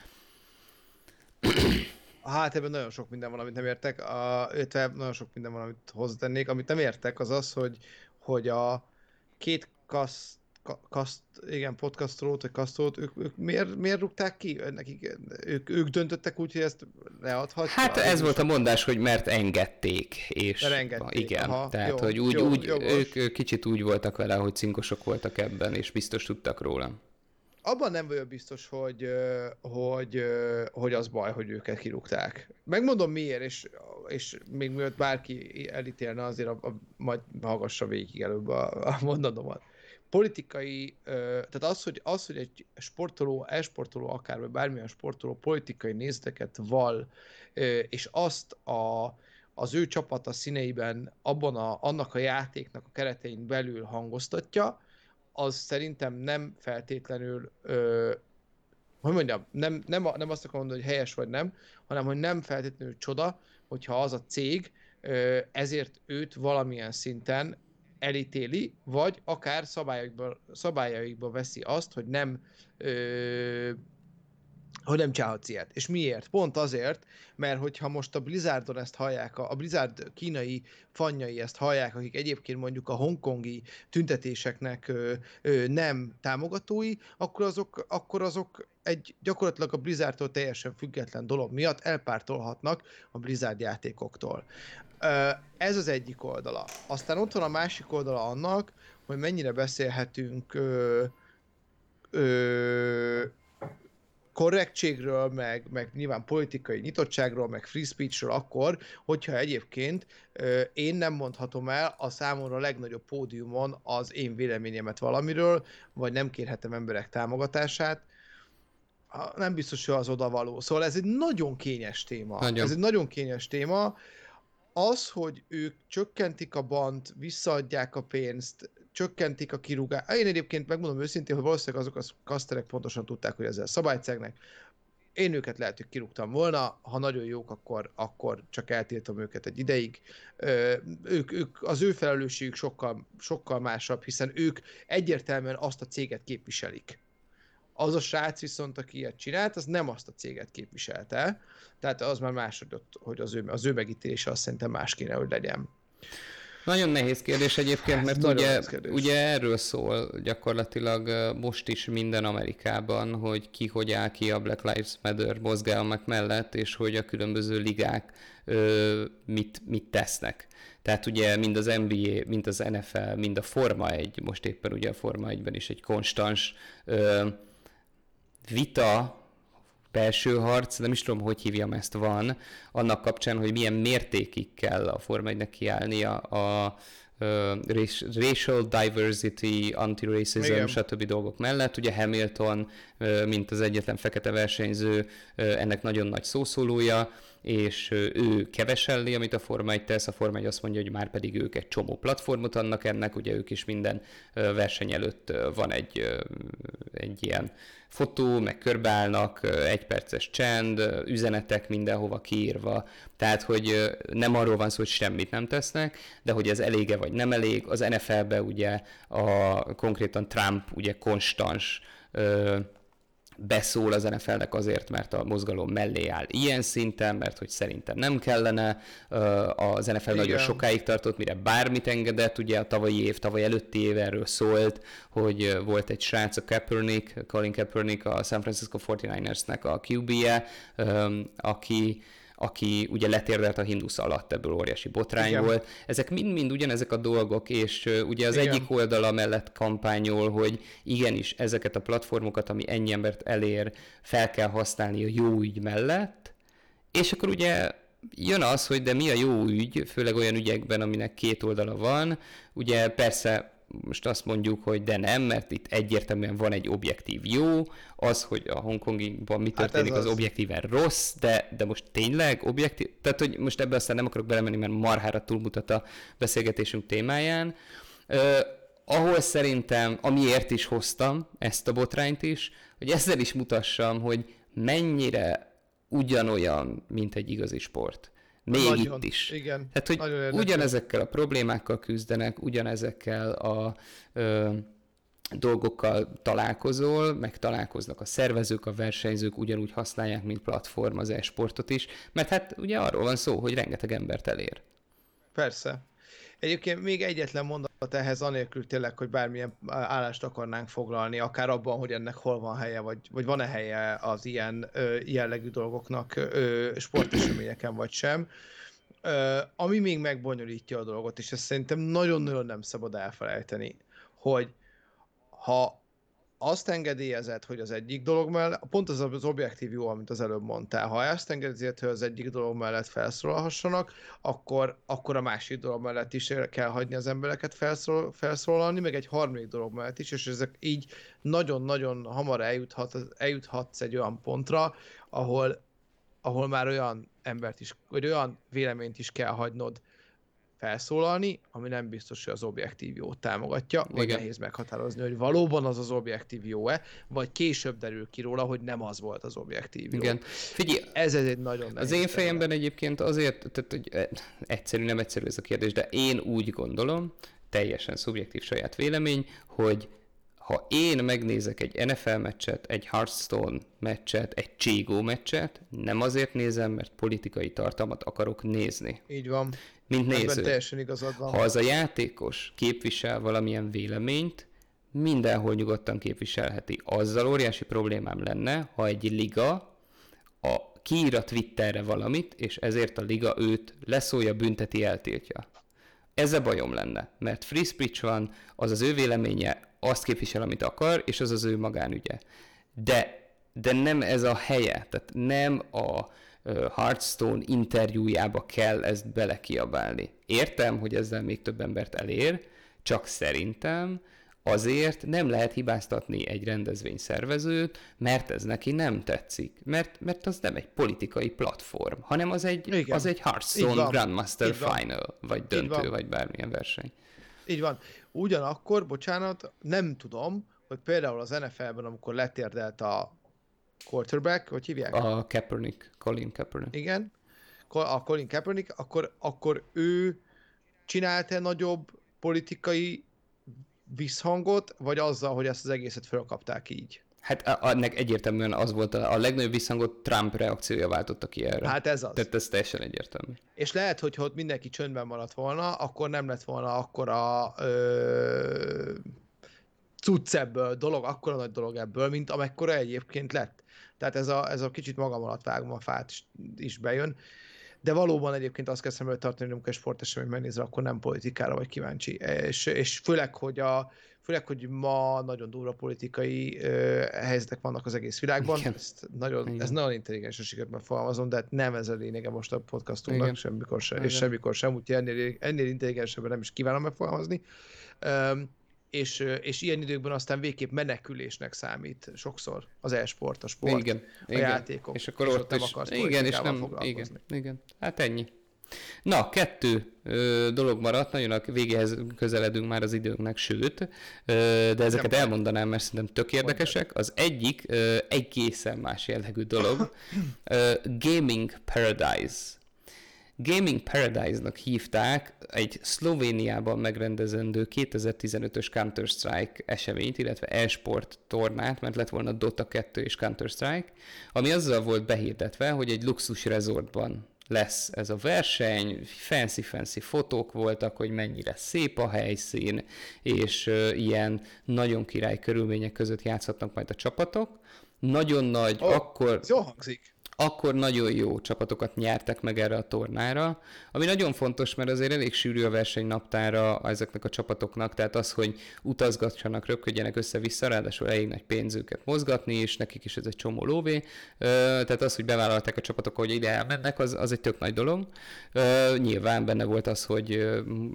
Speaker 2: Hát ebben nagyon sok minden van, amit nem értek. A, illetve nagyon sok minden van, amit hozzátennék. Amit nem értek, az az, hogy, hogy a két kaszt, kaszt igen, podcastolót, vagy kasztolót, ők, ők miért, miért rúgták ki? Nekik, ők, ők döntöttek úgy, hogy ezt leadhatja?
Speaker 1: Hát ez volt a mondás, hogy mert engedték. És
Speaker 2: engedték.
Speaker 1: Igen,
Speaker 2: Aha,
Speaker 1: tehát
Speaker 2: jó,
Speaker 1: hogy úgy,
Speaker 2: jó,
Speaker 1: úgy
Speaker 2: jogos.
Speaker 1: ők kicsit úgy voltak vele, hogy cinkosok voltak ebben, és biztos tudtak róla.
Speaker 2: Abban nem vagyok biztos, hogy, hogy, hogy az baj, hogy őket kirúgták. Megmondom miért, és, és még mielőtt bárki elítélne, azért a, a, majd hallgassa végig előbb a, a mondanomat. Politikai, tehát az, hogy, az, hogy egy sportoló, e-sportoló akár, vagy bármilyen sportoló politikai nézeteket val, és azt a, az ő csapata színeiben abban a, annak a játéknak a keretein belül hangoztatja, az szerintem nem feltétlenül, ö, hogy mondjam, nem, nem, nem azt akarom mondani, hogy helyes vagy nem, hanem hogy nem feltétlenül csoda, hogyha az a cég ö, ezért őt valamilyen szinten elítéli, vagy akár szabályaikba, szabályaikba veszi azt, hogy nem ö, hogy nem csinálhatsz ilyet. És miért? Pont azért, mert hogyha most a Blizzardon ezt hallják, a Blizzard kínai fanjai ezt hallják, akik egyébként mondjuk a hongkongi tüntetéseknek ö, ö, nem támogatói, akkor azok, akkor azok egy gyakorlatilag a Blizzardtól teljesen független dolog miatt elpártolhatnak a Blizzard játékoktól. Ö, ez az egyik oldala. Aztán ott van a másik oldala annak, hogy mennyire beszélhetünk ö, ö, korrektségről, meg, meg nyilván politikai nyitottságról, meg free speechről akkor, hogyha egyébként ö, én nem mondhatom el a számomra legnagyobb pódiumon az én véleményemet valamiről, vagy nem kérhetem emberek támogatását, nem biztos, hogy az odavaló. Szóval ez egy nagyon kényes téma. Nagyon. Ez egy nagyon kényes téma. Az, hogy ők csökkentik a bant, visszaadják a pénzt, csökkentik a kirúgást. Én egyébként megmondom őszintén, hogy valószínűleg azok a kaszterek pontosan tudták, hogy ezzel szabálycegnek. Én őket lehet, hogy kirúgtam volna, ha nagyon jók, akkor, akkor csak eltiltom őket egy ideig. Ö, ők, ők, az ő felelősségük sokkal, sokkal másabb, hiszen ők egyértelműen azt a céget képviselik. Az a srác viszont, aki ilyet csinált, az nem azt a céget képviselte, tehát az már másodott, hogy az ő, az ő megítélése azt szerintem más kéne, hogy legyen.
Speaker 1: Nagyon nehéz kérdés egyébként, mert ugye,
Speaker 2: kérdés.
Speaker 1: ugye erről szól gyakorlatilag most is minden Amerikában, hogy ki hogy áll ki a Black Lives Matter mozgalmak mellett, és hogy a különböző ligák ö, mit, mit tesznek. Tehát ugye mind az en bé á, mind az en ef el, mind a Forma egy, most éppen ugye a Forma egyben is egy konstans ö, vita, belső harc, nem is tudom, hogy hívjam ezt, van, annak kapcsán, hogy milyen mértékig kell a Forma egynek kiállnia a, a racial diversity, anti-racism, stb. Dolgok mellett. Ugye Hamilton, mint az egyetlen fekete versenyző, ennek nagyon nagy szószólója, és ő keveselli, amit a Forma egy tesz, a Forma egy azt mondja, hogy már pedig ők egy csomó platformot adnak ennek, ugye ők is minden verseny előtt van egy, egy ilyen fotó, meg körbeállnak, egyperces csend, üzenetek mindenhova kiírva, tehát hogy nem arról van szó, hogy semmit nem tesznek, de hogy ez elége vagy nem elég. Az en ef el-be ugye a, konkrétan Trump ugye konstans ö, beszól az en ef el-nek azért, mert a mozgalom mellé áll ilyen szinten, mert hogy szerintem nem kellene. Az en ef el Igen. nagyon sokáig tartott, mire bármit engedett, ugye a tavalyi év, tavaly előtti év erről szólt, hogy volt egy srác, a Kaepernick, Colin Kaepernick, a San Francisco negyvenkilenceresnek a kú bé-je, aki aki ugye letérdelt a Hindusz alatt, ebből óriási botrány Igen. volt. Ezek mind-mind ugyanezek a dolgok, és uh, ugye az Igen. egyik oldala mellett kampányol, hogy igenis ezeket a platformokat, ami ennyi embert elér, fel kell használni a jó ügy mellett, és akkor ugye jön az, hogy de mi a jó ügy, főleg olyan ügyekben, aminek két oldala van, ugye persze most azt mondjuk, hogy de nem, mert itt egyértelműen van egy objektív jó, az, hogy a Hongkongban mi történik, hát az, az objektíven rossz, de, de most tényleg objektív, tehát hogy most ebbe aztán nem akarok belemenni, mert marhára túlmutat a beszélgetésünk témáján, uh, ahol szerintem, amiért is hoztam ezt a botrányt is, hogy ezzel is mutassam, hogy mennyire ugyanolyan, mint egy igazi sport. Még nagyon, itt is.
Speaker 2: Igen,
Speaker 1: tehát, hogy ugyanezekkel a problémákkal küzdenek, ugyanezekkel a ö, dolgokkal találkozol, meg találkoznak a szervezők, a versenyzők, ugyanúgy használják, mint platform az e-sportot is, mert hát ugye arról van szó, hogy rengeteg embert elér.
Speaker 2: Persze. Egyébként még egyetlen mondat ehhez, anélkül tényleg, hogy bármilyen állást akarnánk foglalni, akár abban, hogy ennek hol van helye, vagy, vagy van-e helye az ilyen ö, jellegű dolgoknak ö, sporteseményeken, vagy sem. Ö, ami még megbonyolítja a dolgot, és ezt szerintem nagyon-nagyon nem szabad elfelejteni, hogy ha azt engedélyezed, hogy az egyik dolog mellett, pont az az objektív jó, amit az előbb mondtál, ha ezt engedélyezed, hogy az egyik dolog mellett felszólalhassanak, akkor, akkor a másik dolog mellett is kell hagyni az embereket felszól, felszólalni, meg egy harmadik dolog mellett is, és ezek így nagyon-nagyon hamar eljuthat, eljuthatsz egy olyan pontra, ahol, ahol már olyan embert is, vagy olyan véleményt is kell hagynod felszólalni, ami nem biztos, hogy az objektív jót támogatja, vagy Igen. nehéz meghatározni, hogy valóban az az objektív jó-e, vagy később derül ki róla, hogy nem az volt az objektív jó.
Speaker 1: Igen. Figyelj,
Speaker 2: ez, ez egy nagyon nehéz
Speaker 1: az én fejemben egyébként azért, tehát, hogy egyszerű, nem egyszerű ez a kérdés, de én úgy gondolom, teljesen szubjektív saját vélemény, hogy ha én megnézek egy en ef el meccset, egy Hearthstone meccset, egy Cségó meccset, nem azért nézem, mert politikai tartalmat akarok nézni.
Speaker 2: Így van.
Speaker 1: Mint néző.
Speaker 2: Ebben teljesen igazad van.
Speaker 1: Ha az a játékos képvisel valamilyen véleményt, mindenhol nyugodtan képviselheti. Azzal óriási problémám lenne, ha egy liga a kiír a Twitterre valamit, és ezért a liga őt leszólja, bünteti, eltiltja. Ez a bajom lenne, mert free speech van, az az ő véleménye, azt képvisel, amit akar, és az az ő magánügye. De, de nem ez a helye, tehát nem a Hearthstone interjújába kell ezt belekiabálni. Értem, hogy ezzel még több embert elér, csak szerintem azért nem lehet hibáztatni egy rendezvényszervezőt, mert ez neki nem tetszik. Mert, mert az nem egy politikai platform, hanem az egy, az egy Hearthstone Grandmaster Final, vagy döntő, vagy bármilyen verseny.
Speaker 2: Így van. Ugyanakkor, bocsánat, nem tudom, hogy például az en ef el-ben, amikor letérdelt a quarterback, hogy hívják?
Speaker 1: A Kaepernick, Colin Kaepernick.
Speaker 2: Igen, a Colin Kaepernick, akkor, akkor ő csinált-e nagyobb politikai visszhangot, vagy azzal, hogy ezt az egészet felkapták így?
Speaker 1: Hát ennek egyértelműen az volt a, a legnagyobb visszhangot, Trump reakciója váltotta ki erre.
Speaker 2: Hát ez az.
Speaker 1: Tehát ez teljesen egyértelmű.
Speaker 2: És lehet, hogy ha ott mindenki csöndben maradt volna, akkor nem lett volna akkora ö, cucc ebből, dolog, akkora nagy dolog ebből, mint amekkora egyébként lett. Tehát ez a, ez a kicsit magam alatt vágom a fát is, is bejön. De valóban egyébként azt kell szem előtt tartani, hogy amikor egy sporteseményt megnézel, akkor nem politikára vagy kíváncsi. És, és főleg, hogy a, főleg, hogy ma nagyon durva politikai uh, helyzetek vannak az egész világban. Ezt nagyon, ez nagyon intelligensen sikerült megfogalmazom, de hát nem ez a lényege most a podcastunknak, semmikor sem, és semmikor sem, úgyhogy ennél, ennél intelligensebben nem is kívánom megfogalmazni. Um, és, és ilyen időkben aztán végképp menekülésnek számít sokszor az e-sport, a sport,
Speaker 1: igen,
Speaker 2: a
Speaker 1: igen.
Speaker 2: játékok,
Speaker 1: És akkor
Speaker 2: és
Speaker 1: ott,
Speaker 2: ott nem
Speaker 1: is,
Speaker 2: akarsz
Speaker 1: igen, és nem,
Speaker 2: foglalkozni.
Speaker 1: igen, igen, hát ennyi. Na, kettő ö, dolog maradt, nagyon a végéhez közeledünk már az időnknek, sőt, ö, de ezeket nem elmondanám, mert szerintem tök érdekesek. Az egyik ö, egészen más jellegű dolog, ö, Gaming Paradise. Gaming Paradise-nak hívták egy Szlovéniában megrendezendő kétezer-tizenötös Counter-Strike eseményt, illetve e-sport tornát, mert lett volna Dota kettő és Counter-Strike, ami azzal volt behirdetve, hogy egy luxus resortban lesz ez a verseny, fancy-fancy fotók voltak, hogy mennyire szép a helyszín, és uh, ilyen nagyon király körülmények között játszhatnak majd a csapatok. Nagyon nagy,
Speaker 2: oh,
Speaker 1: akkor...
Speaker 2: Jó hangzik.
Speaker 1: Akkor nagyon jó csapatokat nyertek meg erre a tornára, ami nagyon fontos, mert azért elég sűrű a versenynaptára ezeknek a csapatoknak, tehát az, hogy utazgatsanak, röpködjenek össze-vissza, ráadásul elég nagy pénzüket mozgatni, és nekik is ez egy csomó lóvé, tehát az, hogy bevállalták a csapatok, hogy ide elmennek, az, az egy tök nagy dolog. Nyilván benne volt az, hogy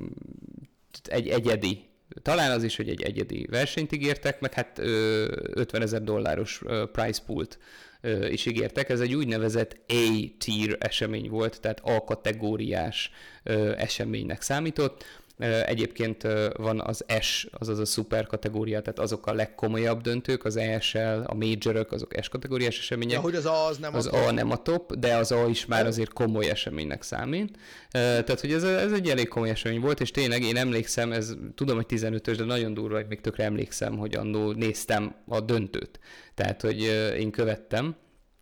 Speaker 1: egy egyedi, talán az is, hogy egy egyedi versenyt ígértek, meg hát ötvenezer dolláros prize poolt is ígértek. Ez egy úgynevezett A-tier esemény volt, tehát A-kategóriás eseménynek számított. Egyébként van az S, azaz a szuper kategória, tehát azok a legkomolyabb döntők, az E S L, a majorok, azok S kategóriás események.
Speaker 2: Ja, hogy az A az nem
Speaker 1: az
Speaker 2: a top.
Speaker 1: A nem a top, de az A is már azért komoly eseménynek számít. Tehát, hogy ez, ez egy elég komoly esemény volt, és tényleg én emlékszem, ez tudom, hogy tizenötös, de nagyon durva, hogy még tökre emlékszem, hogy annó néztem a döntőt. Tehát, hogy én követtem.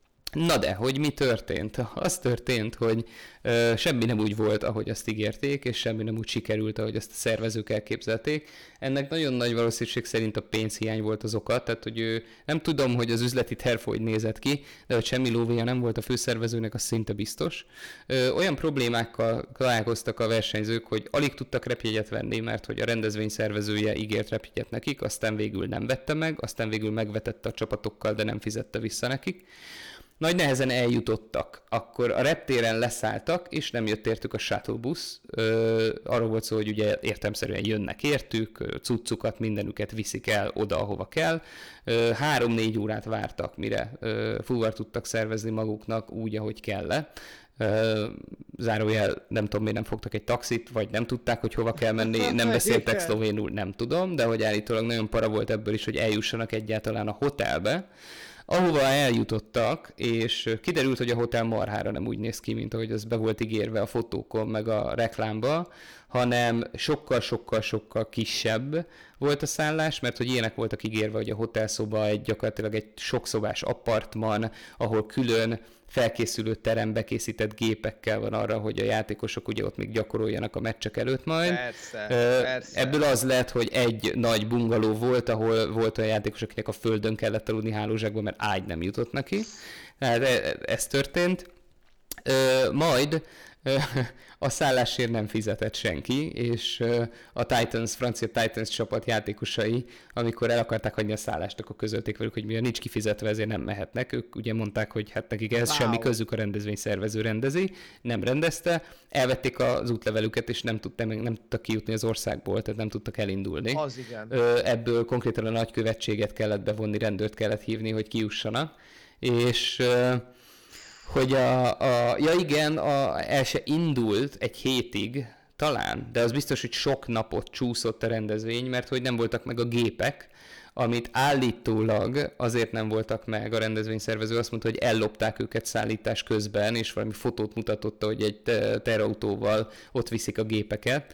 Speaker 1: Na de, hogy mi történt? Az történt, hogy ö, semmi nem úgy volt, ahogy azt ígérték, és semmi nem úgy sikerült, ahogy azt a szervezők elképzelték. Ennek nagyon nagy valószínűség szerint a pénzhiány volt az oka, tehát hogy ő, nem tudom, hogy az üzleti terv hogy nézett ki, de hogy semmi lóvéja nem volt a főszervezőnek, az szinte biztos. Ö, olyan problémákkal találkoztak a versenyzők, hogy alig tudtak repjegyet venni, mert hogy a rendezvény szervezője ígért repjegyet nekik, aztán végül nem vette meg, aztán végül megvetette a csapatokkal, de nem fizette vissza nekik. Nagy nehezen eljutottak. Akkor a reptéren leszálltak, és nem jött értük a shuttle busz. Ö, arról volt szó, hogy ugye értelemszerűen jönnek értük, cuccukat, mindenüket viszik el oda, ahova kell. Ö, három-négy órát vártak, mire ö, fuvar tudtak szervezni maguknak úgy, ahogy kellett. Uh, zárójel, nem tudom, miért nem fogtak egy taxit, vagy nem tudták, hogy hova kell menni, nem beszéltek szlovénul, nem tudom, de hogy állítólag nagyon para volt ebből is, hogy eljussanak egyáltalán a hotelbe, ahova eljutottak, és kiderült, hogy a hotel marhára nem úgy néz ki, mint ahogy az be volt ígérve a fotókon, meg a reklámba, hanem sokkal-sokkal-sokkal kisebb volt a szállás, mert hogy ilyenek voltak ígérve, hogy a hotelszoba egy gyakorlatilag egy sokszobás apartman, ahol külön felkészülő terembe készített gépekkel van arra, hogy a játékosok ugye ott még gyakoroljanak a meccsek előtt majd.
Speaker 2: Persze,
Speaker 1: uh,
Speaker 2: persze.
Speaker 1: Ebből az lett, hogy egy nagy bungaló volt, ahol volt a játékosok, akinek a földön kellett aludni hálózsákban, mert ágy nem jutott neki. Hát ez történt. Uh, majd a szállásért nem fizetett senki, és a Titans, francia Titans csapat játékosai, amikor el akarták hagyni a szállást, akkor közölték velük, hogy mivel nincs kifizetve, ezért nem mehetnek. Ők ugye mondták, hogy hát nekik ez wow. semmi közük, a rendezvényszervező rendezi, nem rendezte, elvették az útlevelüket, és nem, tudtak, nem tudtak kijutni az országból, tehát nem tudtak elindulni.
Speaker 2: Az igen.
Speaker 1: Ebből konkrétan a nagykövetséget kellett bevonni, rendőrt kellett hívni, hogy kijussanak, és... hogy a, a ja igen, a, el se indult egy hétig, talán, de az biztos, hogy sok napot csúszott a rendezvény, mert hogy nem voltak meg a gépek, amit állítólag azért nem voltak meg, a rendezvényszervező azt mondta, hogy ellopták őket szállítás közben, és valami fotót mutatott, hogy egy terautóval ott viszik a gépeket.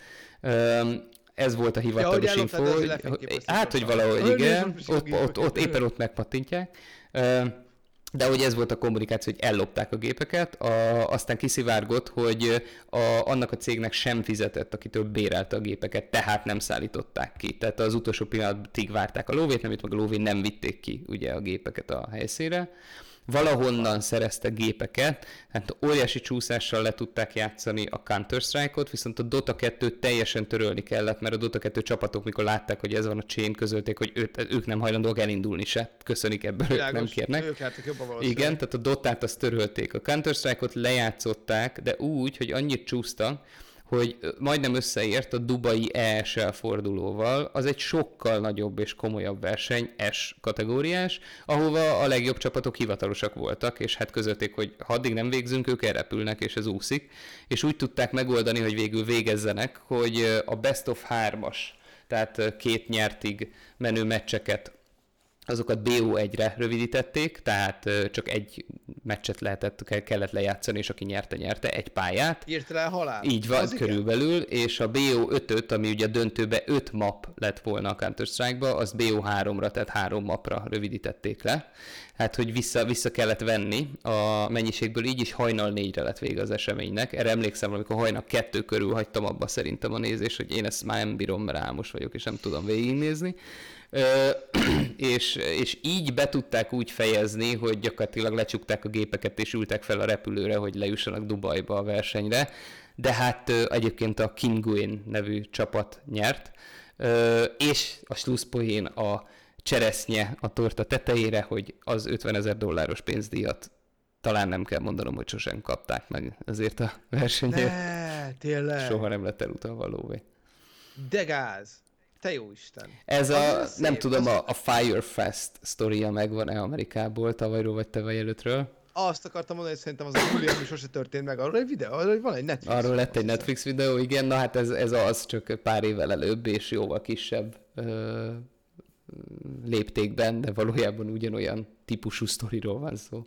Speaker 1: Ez volt a hivatalos ja, info. Hát, hogy valahogy igen, ott, ott, ott, éppen ott megpattintják. De hogy ez volt a kommunikáció, hogy ellopták a gépeket, a, aztán kiszivárgott, hogy a, annak a cégnek sem fizetett, akitől bérelte a gépeket, tehát nem szállították ki. Tehát az utolsó pillanatig várták a lóvét, nem jött meg a lóvé, nem vitték ki ugye a gépeket a helyszínre. Valahonnan szereztek gépeket, hát óriási csúszással le tudták játszani a Counter-Strike-ot, viszont a Dota kettőt teljesen törölni kellett, mert a Dota kettő csapatok, mikor látták, hogy ez van a chain, közölték, hogy őt, ők nem hajlandóak elindulni se, köszönik ebből,
Speaker 2: Világos,
Speaker 1: ők nem kérnek.
Speaker 2: Ők jobban
Speaker 1: igen, tehát a Dotát azt törölték, a Counter-Strike-ot lejátszották, de úgy, hogy annyit csúsztak, hogy majdnem összeért a dubai E S L fordulóval, az egy sokkal nagyobb és komolyabb verseny, S kategóriás, ahova a legjobb csapatok hivatalosak voltak, és hát közölték, hogy ha addig nem végzünk, ők elrepülnek, és ez úszik, és úgy tudták megoldani, hogy végül végezzenek, hogy a best of hármas, tehát két nyertig menő meccseket, azokat B O egyre rövidítették, tehát csak egy meccset lehetett, kellett lejátszani, és aki nyerte, nyerte, egy pályát.
Speaker 2: Hirtelen halál.
Speaker 1: Így van,
Speaker 2: az
Speaker 1: körülbelül, igen. És a B O ötöt, ami ugye a döntőbe öt map lett volna a Counter-Strike-ba, az B O háromra, tehát három mapra rövidítették le. Hát, hogy vissza, vissza kellett venni a mennyiségből, így is hajnal négyre lett vége az eseménynek. Erre emlékszem, amikor hajnal kettő körül hagytam abba szerintem a nézés, hogy én ezt már nem bírom, mert álmos vagyok, és nem tudom végignézni. Ö, és, és így be tudták úgy fejezni, hogy gyakorlatilag lecsukták a gépeket, és ültek fel a repülőre, hogy lejussanak Dubajba a versenyre. De hát ö, egyébként a Kinguin nevű csapat nyert, ö, és a slusszpoén a cseresznye a torta tetejére, hogy az ötvenezer dolláros pénzdíjat talán nem kell mondanom, hogy sosem kapták meg ezért a versenyért.
Speaker 2: Ne, tényleg.
Speaker 1: Soha nem lett elutalva lóvé.
Speaker 2: De gáz. Te jó Isten.
Speaker 1: Ez
Speaker 2: az
Speaker 1: a,
Speaker 2: az
Speaker 1: nem
Speaker 2: szép,
Speaker 1: tudom,
Speaker 2: az...
Speaker 1: a, a Firefest sztoria megvan-e Amerikából, tavalyról vagy tavaly előttről?
Speaker 2: Azt akartam mondani, hogy szerintem az a Júli, ami sosem történt meg. Arról egy videó, arról van egy Netflix.
Speaker 1: Arról lett egy
Speaker 2: hiszem.
Speaker 1: Netflix videó, igen, na hát ez, ez az csak pár évvel előbb, és jóval kisebb ö, léptékben, de valójában ugyanolyan típusú sztoriról van szó.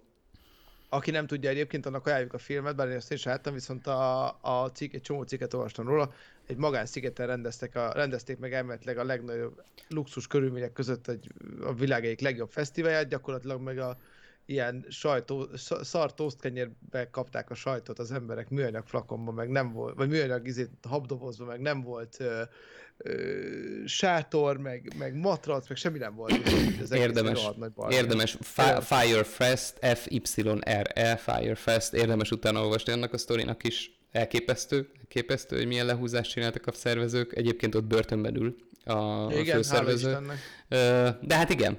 Speaker 2: Aki nem tudja egyébként, annak ajánljuk a filmet, bár én azt én sem láttam, viszont a, a cikk, egy csomó cikket olvastam róla, egy magánszigeten rendeztek a, rendezték meg elméletileg a legnagyobb luxus körülmények között egy, a világ egyik legjobb fesztiválját, gyakorlatilag meg a ilyen sajtó, szar tosztkenyérbe kapták a sajtot az emberek műanyag flakonban, meg nem volt, vagy műanyag izét, habdobozban, meg nem volt ö, ö, sátor, meg, meg matrac, meg semmi nem volt. Ez
Speaker 1: érdemes, érdemes. Fi- Firefest, F Y R E, Firefest, érdemes utána olvasni annak a sztorinak is. Elképesztő, elképesztő, hogy milyen lehúzást csináltak a szervezők. Egyébként ott börtönben ül a,
Speaker 2: igen,
Speaker 1: a főszervező.
Speaker 2: hála Istennek.
Speaker 1: De hát igen.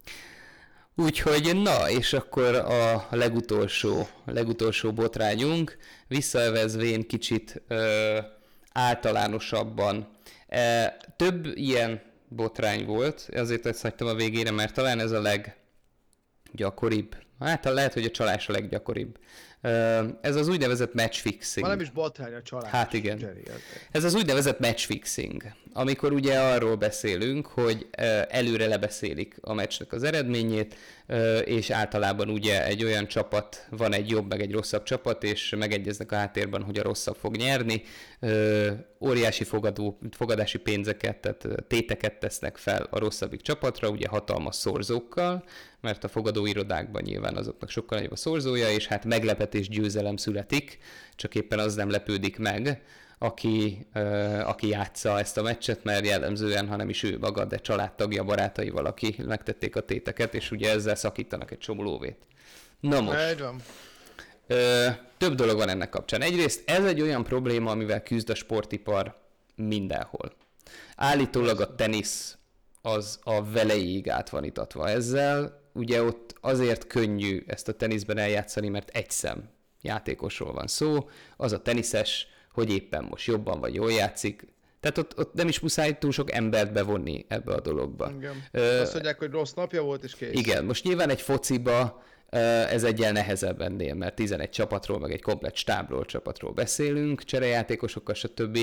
Speaker 1: Úgyhogy na, és akkor a legutolsó, a legutolsó botrányunk, visszaevezvén kicsit ö, általánosabban. E, több ilyen botrány volt, azért ezt hagytam a végére, mert talán ez a leggyakoribb. Hát lehet, hogy a csalás a leggyakoribb. Ez az úgynevezett matchfixing.
Speaker 2: Van nem is botrány a csalás.
Speaker 1: Hát igen. Ez az úgynevezett matchfixing, amikor ugye arról beszélünk, hogy előre lebeszélik a meccsnek az eredményét, és általában ugye egy olyan csapat, van egy jobb, meg egy rosszabb csapat, és megegyeznek a háttérben, hogy a rosszabb fog nyerni. Óriási fogadó, fogadási pénzeket, tehát téteket tesznek fel a rosszabbik csapatra, ugye hatalmas szorzókkal, mert a fogadóirodákban nyilván azoknak sokkal nagyobb a szorzója, és hát meglepetés győzelem születik, csak éppen az nem lepődik meg, aki, uh, aki játsza ezt a meccset, mert jellemzően, ha nem is ő maga, de családtagja, barátaival, aki megtették a téteket, és ugye ezzel szakítanak egy csomó lóvét. Na most, uh, több dolog van ennek kapcsán. Egyrészt ez egy olyan probléma, amivel küzd a sportipar mindenhol. Állítólag a tenisz az a velejéig át van itatva ezzel, ugye ott azért könnyű ezt a teniszben eljátszani, mert egy szem játékosról van szó, az a teniszes, hogy éppen most jobban vagy jól játszik, tehát ott, ott nem is muszáj túl sok embert bevonni ebbe a dologba.
Speaker 2: Igen.
Speaker 1: Ö,
Speaker 2: Azt mondják, hogy rossz napja volt, és kész.
Speaker 1: Igen, most nyilván egy fociba ez egyel nehezebb ennél, mert tizenegy csapatról, meg egy komplett stábról, csapatról beszélünk, cserejátékosokkal, stb.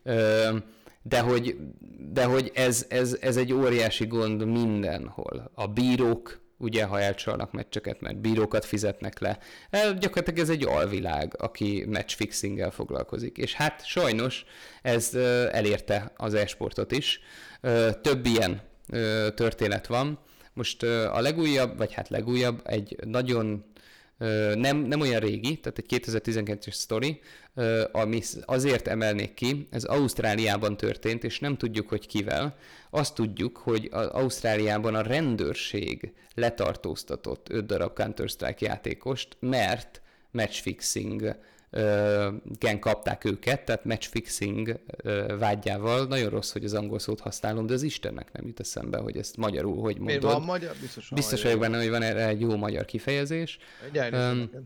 Speaker 1: De hogy, de hogy ez, ez, ez egy óriási gond mindenhol. A bírók, ugye, ha elcsalnak meccseket, mert bírókat fizetnek le. Gyakorlatilag ez egy alvilág, aki matchfixinggel foglalkozik. És hát sajnos ez elérte az e-sportot is. Több ilyen történet van. Most a legújabb, vagy hát legújabb, egy nagyon nem, nem olyan régi, tehát egy kétezer-tizenkettes sztori, ami azért emelnék ki, ez Ausztráliában történt, és nem tudjuk, hogy kivel. Azt tudjuk, hogy az Ausztráliában a rendőrség letartóztatott öt darab Counter-Strike játékost, mert matchfixing gen kapták őket, tehát matchfixing vágyával. Nagyon rossz, hogy az angol szót használom, de az Istennek nem jut eszembe, hogy ezt magyarul hogy mondod.
Speaker 2: Miért van magyar? Biztos,
Speaker 1: Biztos vagyok benne, hogy van erre egy jó magyar kifejezés.
Speaker 2: Um,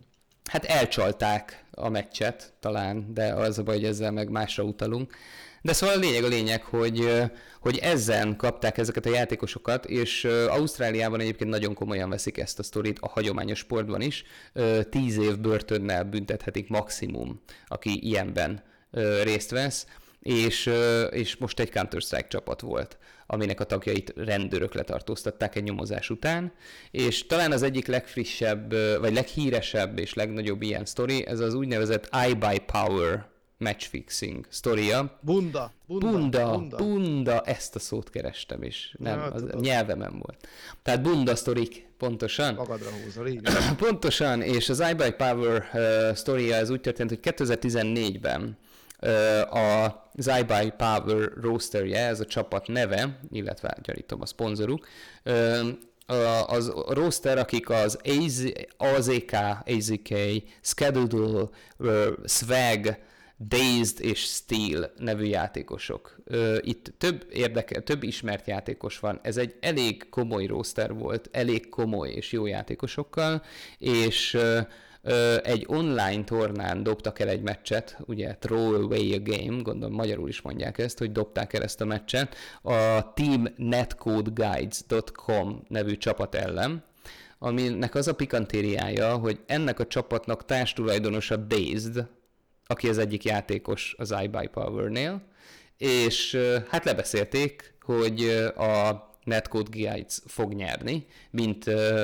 Speaker 1: hát elcsalták a meccset talán, de az a baj, hogy ezzel meg másra utalunk. De szóval a lényeg a lényeg, hogy, hogy ezen kapták ezeket a játékosokat, és Ausztráliában egyébként nagyon komolyan veszik ezt a sztorit, a hagyományos sportban is. Tíz év börtönnel büntethetik maximum, aki ilyenben részt vesz, és, és most egy Counter-Strike csapat volt, aminek a tagjait rendőrök letartóztatták egy nyomozás után, és talán az egyik legfrissebb, vagy leghíresebb és legnagyobb ilyen sztori, ez az úgynevezett iBuyPower matchfixing sztoria.
Speaker 2: Bunda, bunda,
Speaker 1: bunda,
Speaker 2: bunda. Bunda,
Speaker 1: ezt a szót kerestem, és nem,
Speaker 2: ja,
Speaker 1: az nyelvemen volt. Tehát bunda sztorik, pontosan.
Speaker 2: Magadra húzol, így.
Speaker 1: Pontosan, és az iBuyPower uh, sztoria, ez úgy történt, hogy kétezer-tizennégyben uh, az iBuyPower rosterje, ez a csapat neve, illetve gyanítom a szponzoruk, uh, az a roster, akik az á zé ká, á zé ká, Skedoodle, uh, Swag, Dazed és Steel nevű játékosok. Itt több érdeke, több ismert játékos van. Ez egy elég komoly roster volt, elég komoly és jó játékosokkal, és egy online tornán dobtak el egy meccset, ugye Throw Away a Game, gondolom magyarul is mondják ezt, hogy dobták el ezt a meccset, a team netcodeguides dot com nevű csapat ellen, aminek az a pikantériája, hogy ennek a csapatnak társtulajdonosa Dazed, aki az egyik játékos az iBuyPower-nél, és hát lebeszélték, hogy a Netcode Guides fog nyerni, mint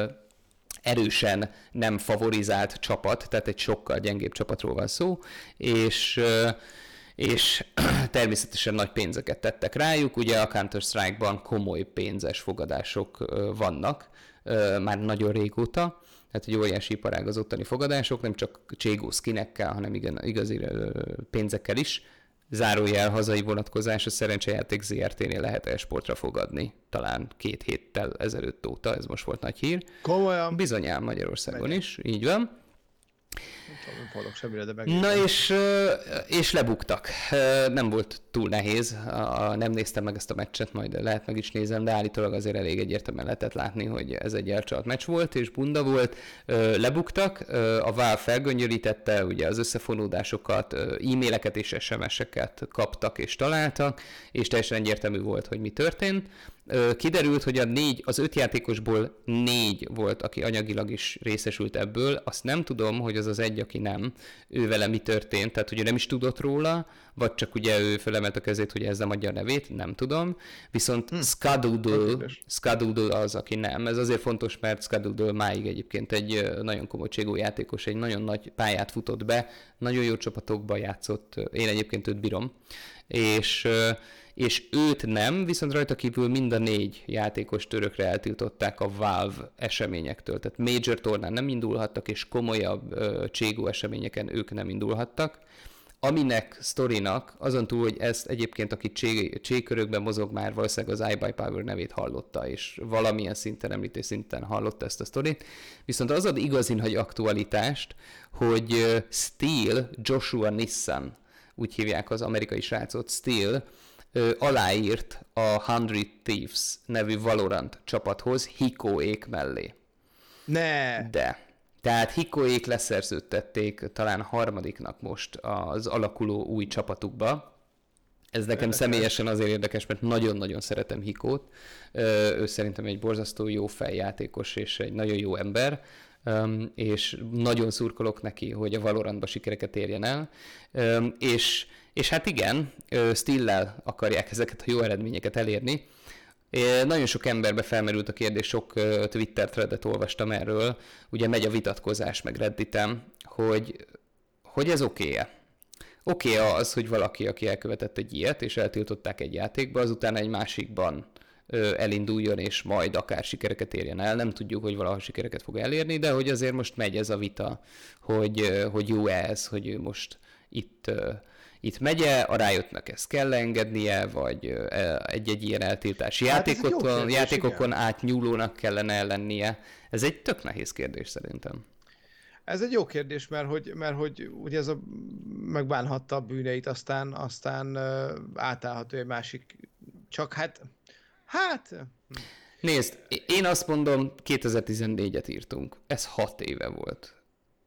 Speaker 1: erősen nem favorizált csapat, tehát egy sokkal gyengébb csapatról van szó, és, és természetesen nagy pénzeket tettek rájuk, ugye a Counter-Strike-ban komoly pénzes fogadások vannak, már nagyon régóta, tehát egy óriási iparág az ottani fogadások, nem csak cségó skinekkel, hanem igazi pénzekkel is. Zárójel hazai vonatkozás, a Szerencsejáték zé er té-nél lehet e-sportra fogadni. Talán két héttel ezelőtt óta, ez most volt nagy hír.
Speaker 2: Komolyan?
Speaker 1: Bizonyán Magyarországon Megyen. is, így van.
Speaker 2: Nem tudom, nem fordok semmire, de megértem.
Speaker 1: Na és, és lebuktak. Nem volt túl nehéz, nem néztem meg ezt a meccset, majd lehet meg is nézem, de állítólag azért elég egyértelműen lehetett látni, hogy ez egy elcsalt meccs volt, és bunda volt. Lebuktak, a Valve felgöngyörítette ugye az összefonódásokat, e-maileket és es em es-eket kaptak és találtak, és teljesen egyértelmű volt, hogy mi történt. Kiderült, hogy a négy, az öt játékosból négy volt, aki anyagilag is részesült ebből. Azt nem tudom, hogy az az egy, aki nem, ő vele mi történt, tehát hogy ő nem is tudott róla, vagy csak ugye ő felemelt a kezét, hogy ezzel adja a nevét, nem tudom. Viszont hmm. Skedoodle, Skedoodle az, aki nem. Ez azért fontos, mert Skedoodle máig egyébként egy nagyon komoly cségó játékos, egy nagyon nagy pályát futott be, nagyon jó csapatokba játszott, én egyébként őt bírom, és és őt nem, viszont rajta kívül mind a négy játékos örökre eltiltották a Valve eseményektől. Tehát major tornán nem indulhattak, és komolyabb uh, cségó eseményeken ők nem indulhattak. Aminek sztorinak, azon túl, hogy ezt egyébként, aki cségkörökben mozog, már valószínűleg az iBuyPower nevét hallotta, és valamilyen szinten, említés szinten hallotta ezt a sztorit. Viszont az ad igazin nagy aktualitást, hogy Steel, Joshua Nissan, úgy hívják az amerikai srácot, Steel, aláírt a Hundred Thieves nevű Valorant csapathoz Hikoék mellé.
Speaker 2: Ne!
Speaker 1: De. Tehát Hikoék leszerződtették talán harmadiknak most az alakuló új csapatukba. Ez nekem személyesen azért érdekes, mert nagyon-nagyon szeretem Hikót. Ő szerintem egy borzasztó jó fejjátékos és egy nagyon jó ember. Um, és nagyon szurkolok neki, hogy a Valorantba sikereket érjen el, um, és, és hát igen, Steel-lel akarják ezeket a jó eredményeket elérni. É, nagyon sok emberbe felmerült a kérdés, sok uh, Twitter threadet olvastam erről, ugye megy a vitatkozás meg Redditen, hogy, hogy ez oké-e? Oké-e az, hogy valaki, aki elkövetett egy ilyet, és eltiltották egy játékba, azután egy másikban elinduljon, és majd akár sikereket érjen el. Nem tudjuk, hogy valaha sikereket fog elérni, de hogy azért most megy ez a vita, hogy, hogy jó ez, hogy ő most itt, itt megye, a rájöttnek ezt kell engednie, vagy egy-egy ilyen eltiltási hát játékokon, kérdés, játékokon átnyúlónak kellene lennie. Ez egy tök nehéz kérdés szerintem.
Speaker 2: Ez egy jó kérdés, mert hogy, mert hogy ugye ez a megbánhatta a bűneit, aztán, aztán átállhat egy másik, csak hát Hát...
Speaker 1: Nézd, én azt mondom, kétezer-tizennégyet írtunk. Ez hat éve volt.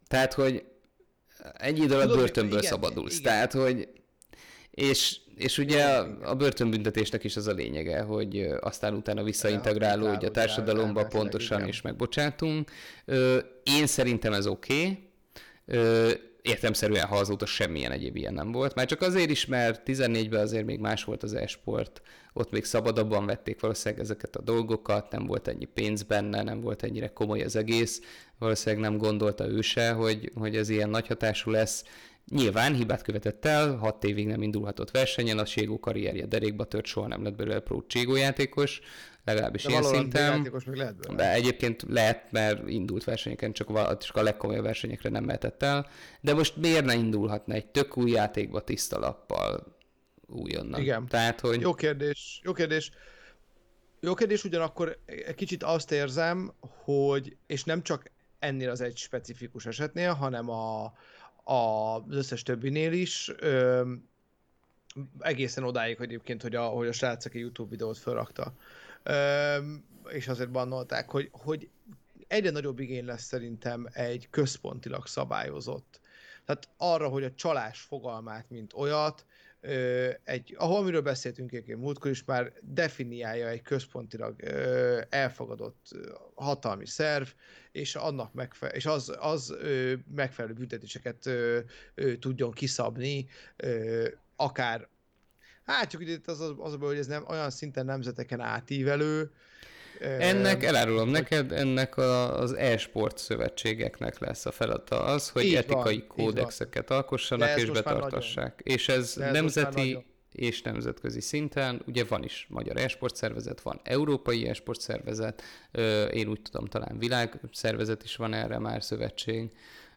Speaker 1: Tehát, hogy egy idő alatt
Speaker 2: Tudod,
Speaker 1: börtönből
Speaker 2: igen,
Speaker 1: szabadulsz.
Speaker 2: igen.
Speaker 1: Tehát, hogy és, és ugye a,
Speaker 2: Igen.
Speaker 1: a börtönbüntetésnek is az a lényege, hogy ö, aztán utána visszaintegrálódj a
Speaker 2: Rehabilitálódjál
Speaker 1: társadalomba
Speaker 2: elméletileg,
Speaker 1: pontosan,
Speaker 2: igen.
Speaker 1: és megbocsátunk. Ö, Én szerintem ez oké. Okay. Értelemszerűen, ha azóta semmilyen egyéb ilyen nem volt. Már csak azért is, mert tizennégyben azért még más volt az e-sport, ott még szabadabban vették valószínűleg ezeket a dolgokat, nem volt ennyi pénz benne, nem volt ennyire komoly az egész, valószínűleg nem gondolta ő se, hogy, hogy ez ilyen nagy hatású lesz. Nyilván hibát követett el, hat évig nem indulhatott versenyen, a Ségó karrierje derékba tört, soha nem lett belőle pro Ségó játékos, legalábbis
Speaker 2: De
Speaker 1: ilyen
Speaker 2: valóban
Speaker 1: szinten.
Speaker 2: játékos még lehet belőle.
Speaker 1: De egyébként lehet, mert indult versenyeken, csak, val- csak a legkomolyabb versenyekre nem mehetett el. De most miért ne indulhatna egy tök új játékba tiszta lappal újonnan?
Speaker 2: Igen.
Speaker 1: Tehát, hogy...
Speaker 2: Jó kérdés, jó kérdés. Jó kérdés, ugyanakkor egy kicsit azt érzem, hogy, és nem csak ennél az egy specifikus esetnél, hanem a, a, az összes többinél is, ö, egészen odáig hogy egyébként, hogy a, hogy a srác, aki YouTube videót felrakta, ö, és azért bannolták, hogy, hogy egyre nagyobb igény lesz szerintem egy központilag szabályozott. Tehát arra, hogy a csalás fogalmát, mint olyat, ö, egy, ahol amiről beszéltünk egyébként múltkor is, már definiálja egy központilag ö, elfogadott ö, hatalmi szerv, és annak megfe- és az, az ö, megfelelő büntetéseket ö, ö, tudjon kiszabni, ö, akár hát csak itt az, az, az a baj, hogy ez nem olyan szinten nemzeteken átívelő.
Speaker 1: Ennek, elárulom
Speaker 2: hogy...
Speaker 1: neked, ennek a, az e-sport szövetségeknek lesz a feladata az, hogy
Speaker 2: Így
Speaker 1: etikai
Speaker 2: van,
Speaker 1: kódexeket alkossanak és betartassák. És ez
Speaker 2: ez
Speaker 1: nemzeti és nemzetközi szinten, ugye van is magyar e-sport szervezet, van európai e-sport szervezet, én úgy tudom, talán világszervezet is van erre már szövetség.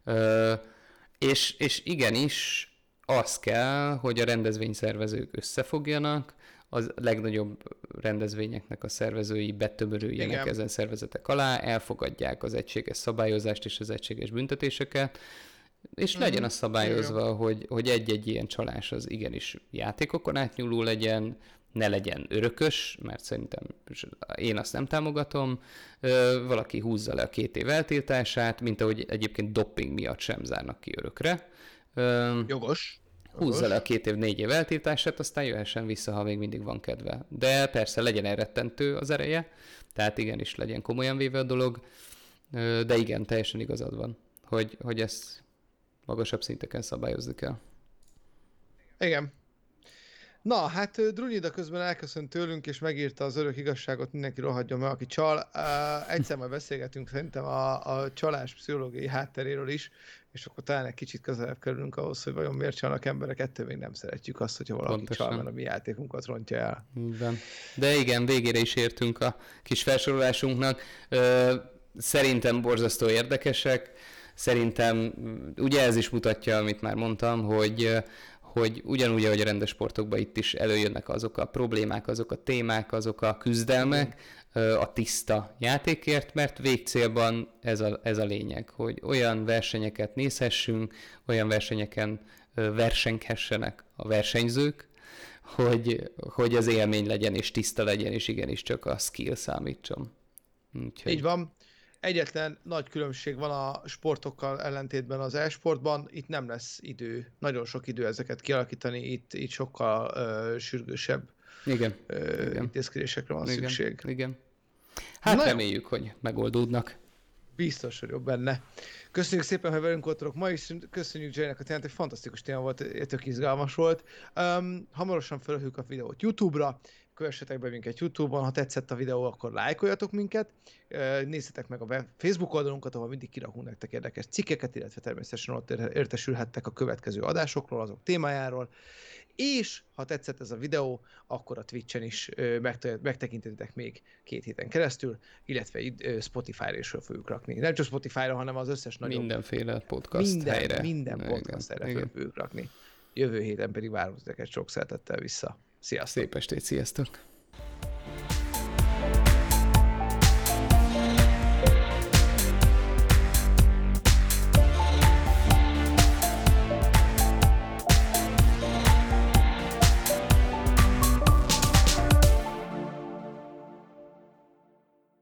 Speaker 1: És, és igenis az kell, hogy a rendezvényszervezők összefogjanak, az legnagyobb rendezvényeknek a szervezői betömörüljenek
Speaker 2: Igen.
Speaker 1: ezen szervezetek alá, elfogadják az egységes szabályozást és az egységes büntetéseket, és mm. legyen az szabályozva, Igen. hogy, hogy egy-egy ilyen csalás az igenis játékokon átnyúló legyen, ne legyen örökös, mert szerintem én azt nem támogatom, valaki húzza le a két év eltiltását, mint ahogy egyébként doping miatt sem zárnak ki örökre.
Speaker 2: Jogos.
Speaker 1: Húzza le a két év, négy év eltiltását, aztán jöhessen vissza, ha még mindig van kedve. De persze legyen elrettentő az ereje, tehát igenis legyen komolyan véve a dolog, de igen, teljesen igazad van, hogy, hogy ezt magasabb szinteken szabályozni kell.
Speaker 2: Igen. Na, hát Drunyida közben elköszönt tőlünk, és megírta az örök igazságot, mindenki rohadjon meg, aki csal. Uh, egyszer majd beszélgetünk szerintem a, a csalás pszichológiai hátteréről is, és akkor talán egy kicsit közelebb kerülünk ahhoz, hogy vajon miért csalnak emberek, ettől még nem szeretjük azt, hogyha valaki
Speaker 1: Pontosan.
Speaker 2: csal, mert a mi játékunkat rontja el.
Speaker 1: Igen. De igen, végére is értünk a kis felsorolásunknak. Uh, szerintem borzasztó érdekesek. Szerintem, ugye ez is mutatja, amit már mondtam, hogy hogy ugyanúgy, ahogy a rendes sportokban itt is előjönnek azok a problémák, azok a témák, azok a küzdelmek a tiszta játékért, mert végcélban ez a, ez a lényeg, hogy olyan versenyeket nézhessünk, olyan versenyeken versenkhessenek a versenyzők, hogy, hogy az élmény legyen és tiszta legyen, és igenis csak a skill számítson. Úgyhogy...
Speaker 2: Így van. Egyetlen nagy különbség van a sportokkal ellentétben az e-sportban, itt nem lesz idő, nagyon sok idő ezeket kialakítani, itt, itt sokkal uh, sürgősebb
Speaker 1: igen,
Speaker 2: uh,
Speaker 1: igen.
Speaker 2: intézkedésekre van
Speaker 1: igen,
Speaker 2: szükség.
Speaker 1: Igen. Hát
Speaker 2: Na
Speaker 1: reméljük, jó. hogy megoldódnak.
Speaker 2: Biztos vagyok benne. Köszönjük szépen, hogy velünk voltatok ma is, köszönjük Jay-nek a témát, egy fantasztikus téma volt, tök izgalmas volt. Um, hamarosan felhőjük a videót YouTube-ra, kövessetek be minket YouTube-on, ha tetszett a videó, akkor lájkoljatok minket, nézzetek meg a Facebook oldalunkat, ahol mindig kirakunk nektek érdekes cikkeket, illetve természetesen ott értesülhettek a következő adásokról, azok témájáról, és ha tetszett ez a videó, akkor a Twitch-en is megtekintetitek még két héten keresztül, illetve Spotify-ra is fel fogjuk rakni. Nem csak Spotify-ra, hanem az összes nagyobb...
Speaker 1: Mindenféle podcast
Speaker 2: minden,
Speaker 1: helyre.
Speaker 2: Minden podcast helyre fel fogjuk rakni. Jövő héten pedig várunk titeket sok szeretettel vissza. Sziasztok!
Speaker 1: Szép estét, sziasztok!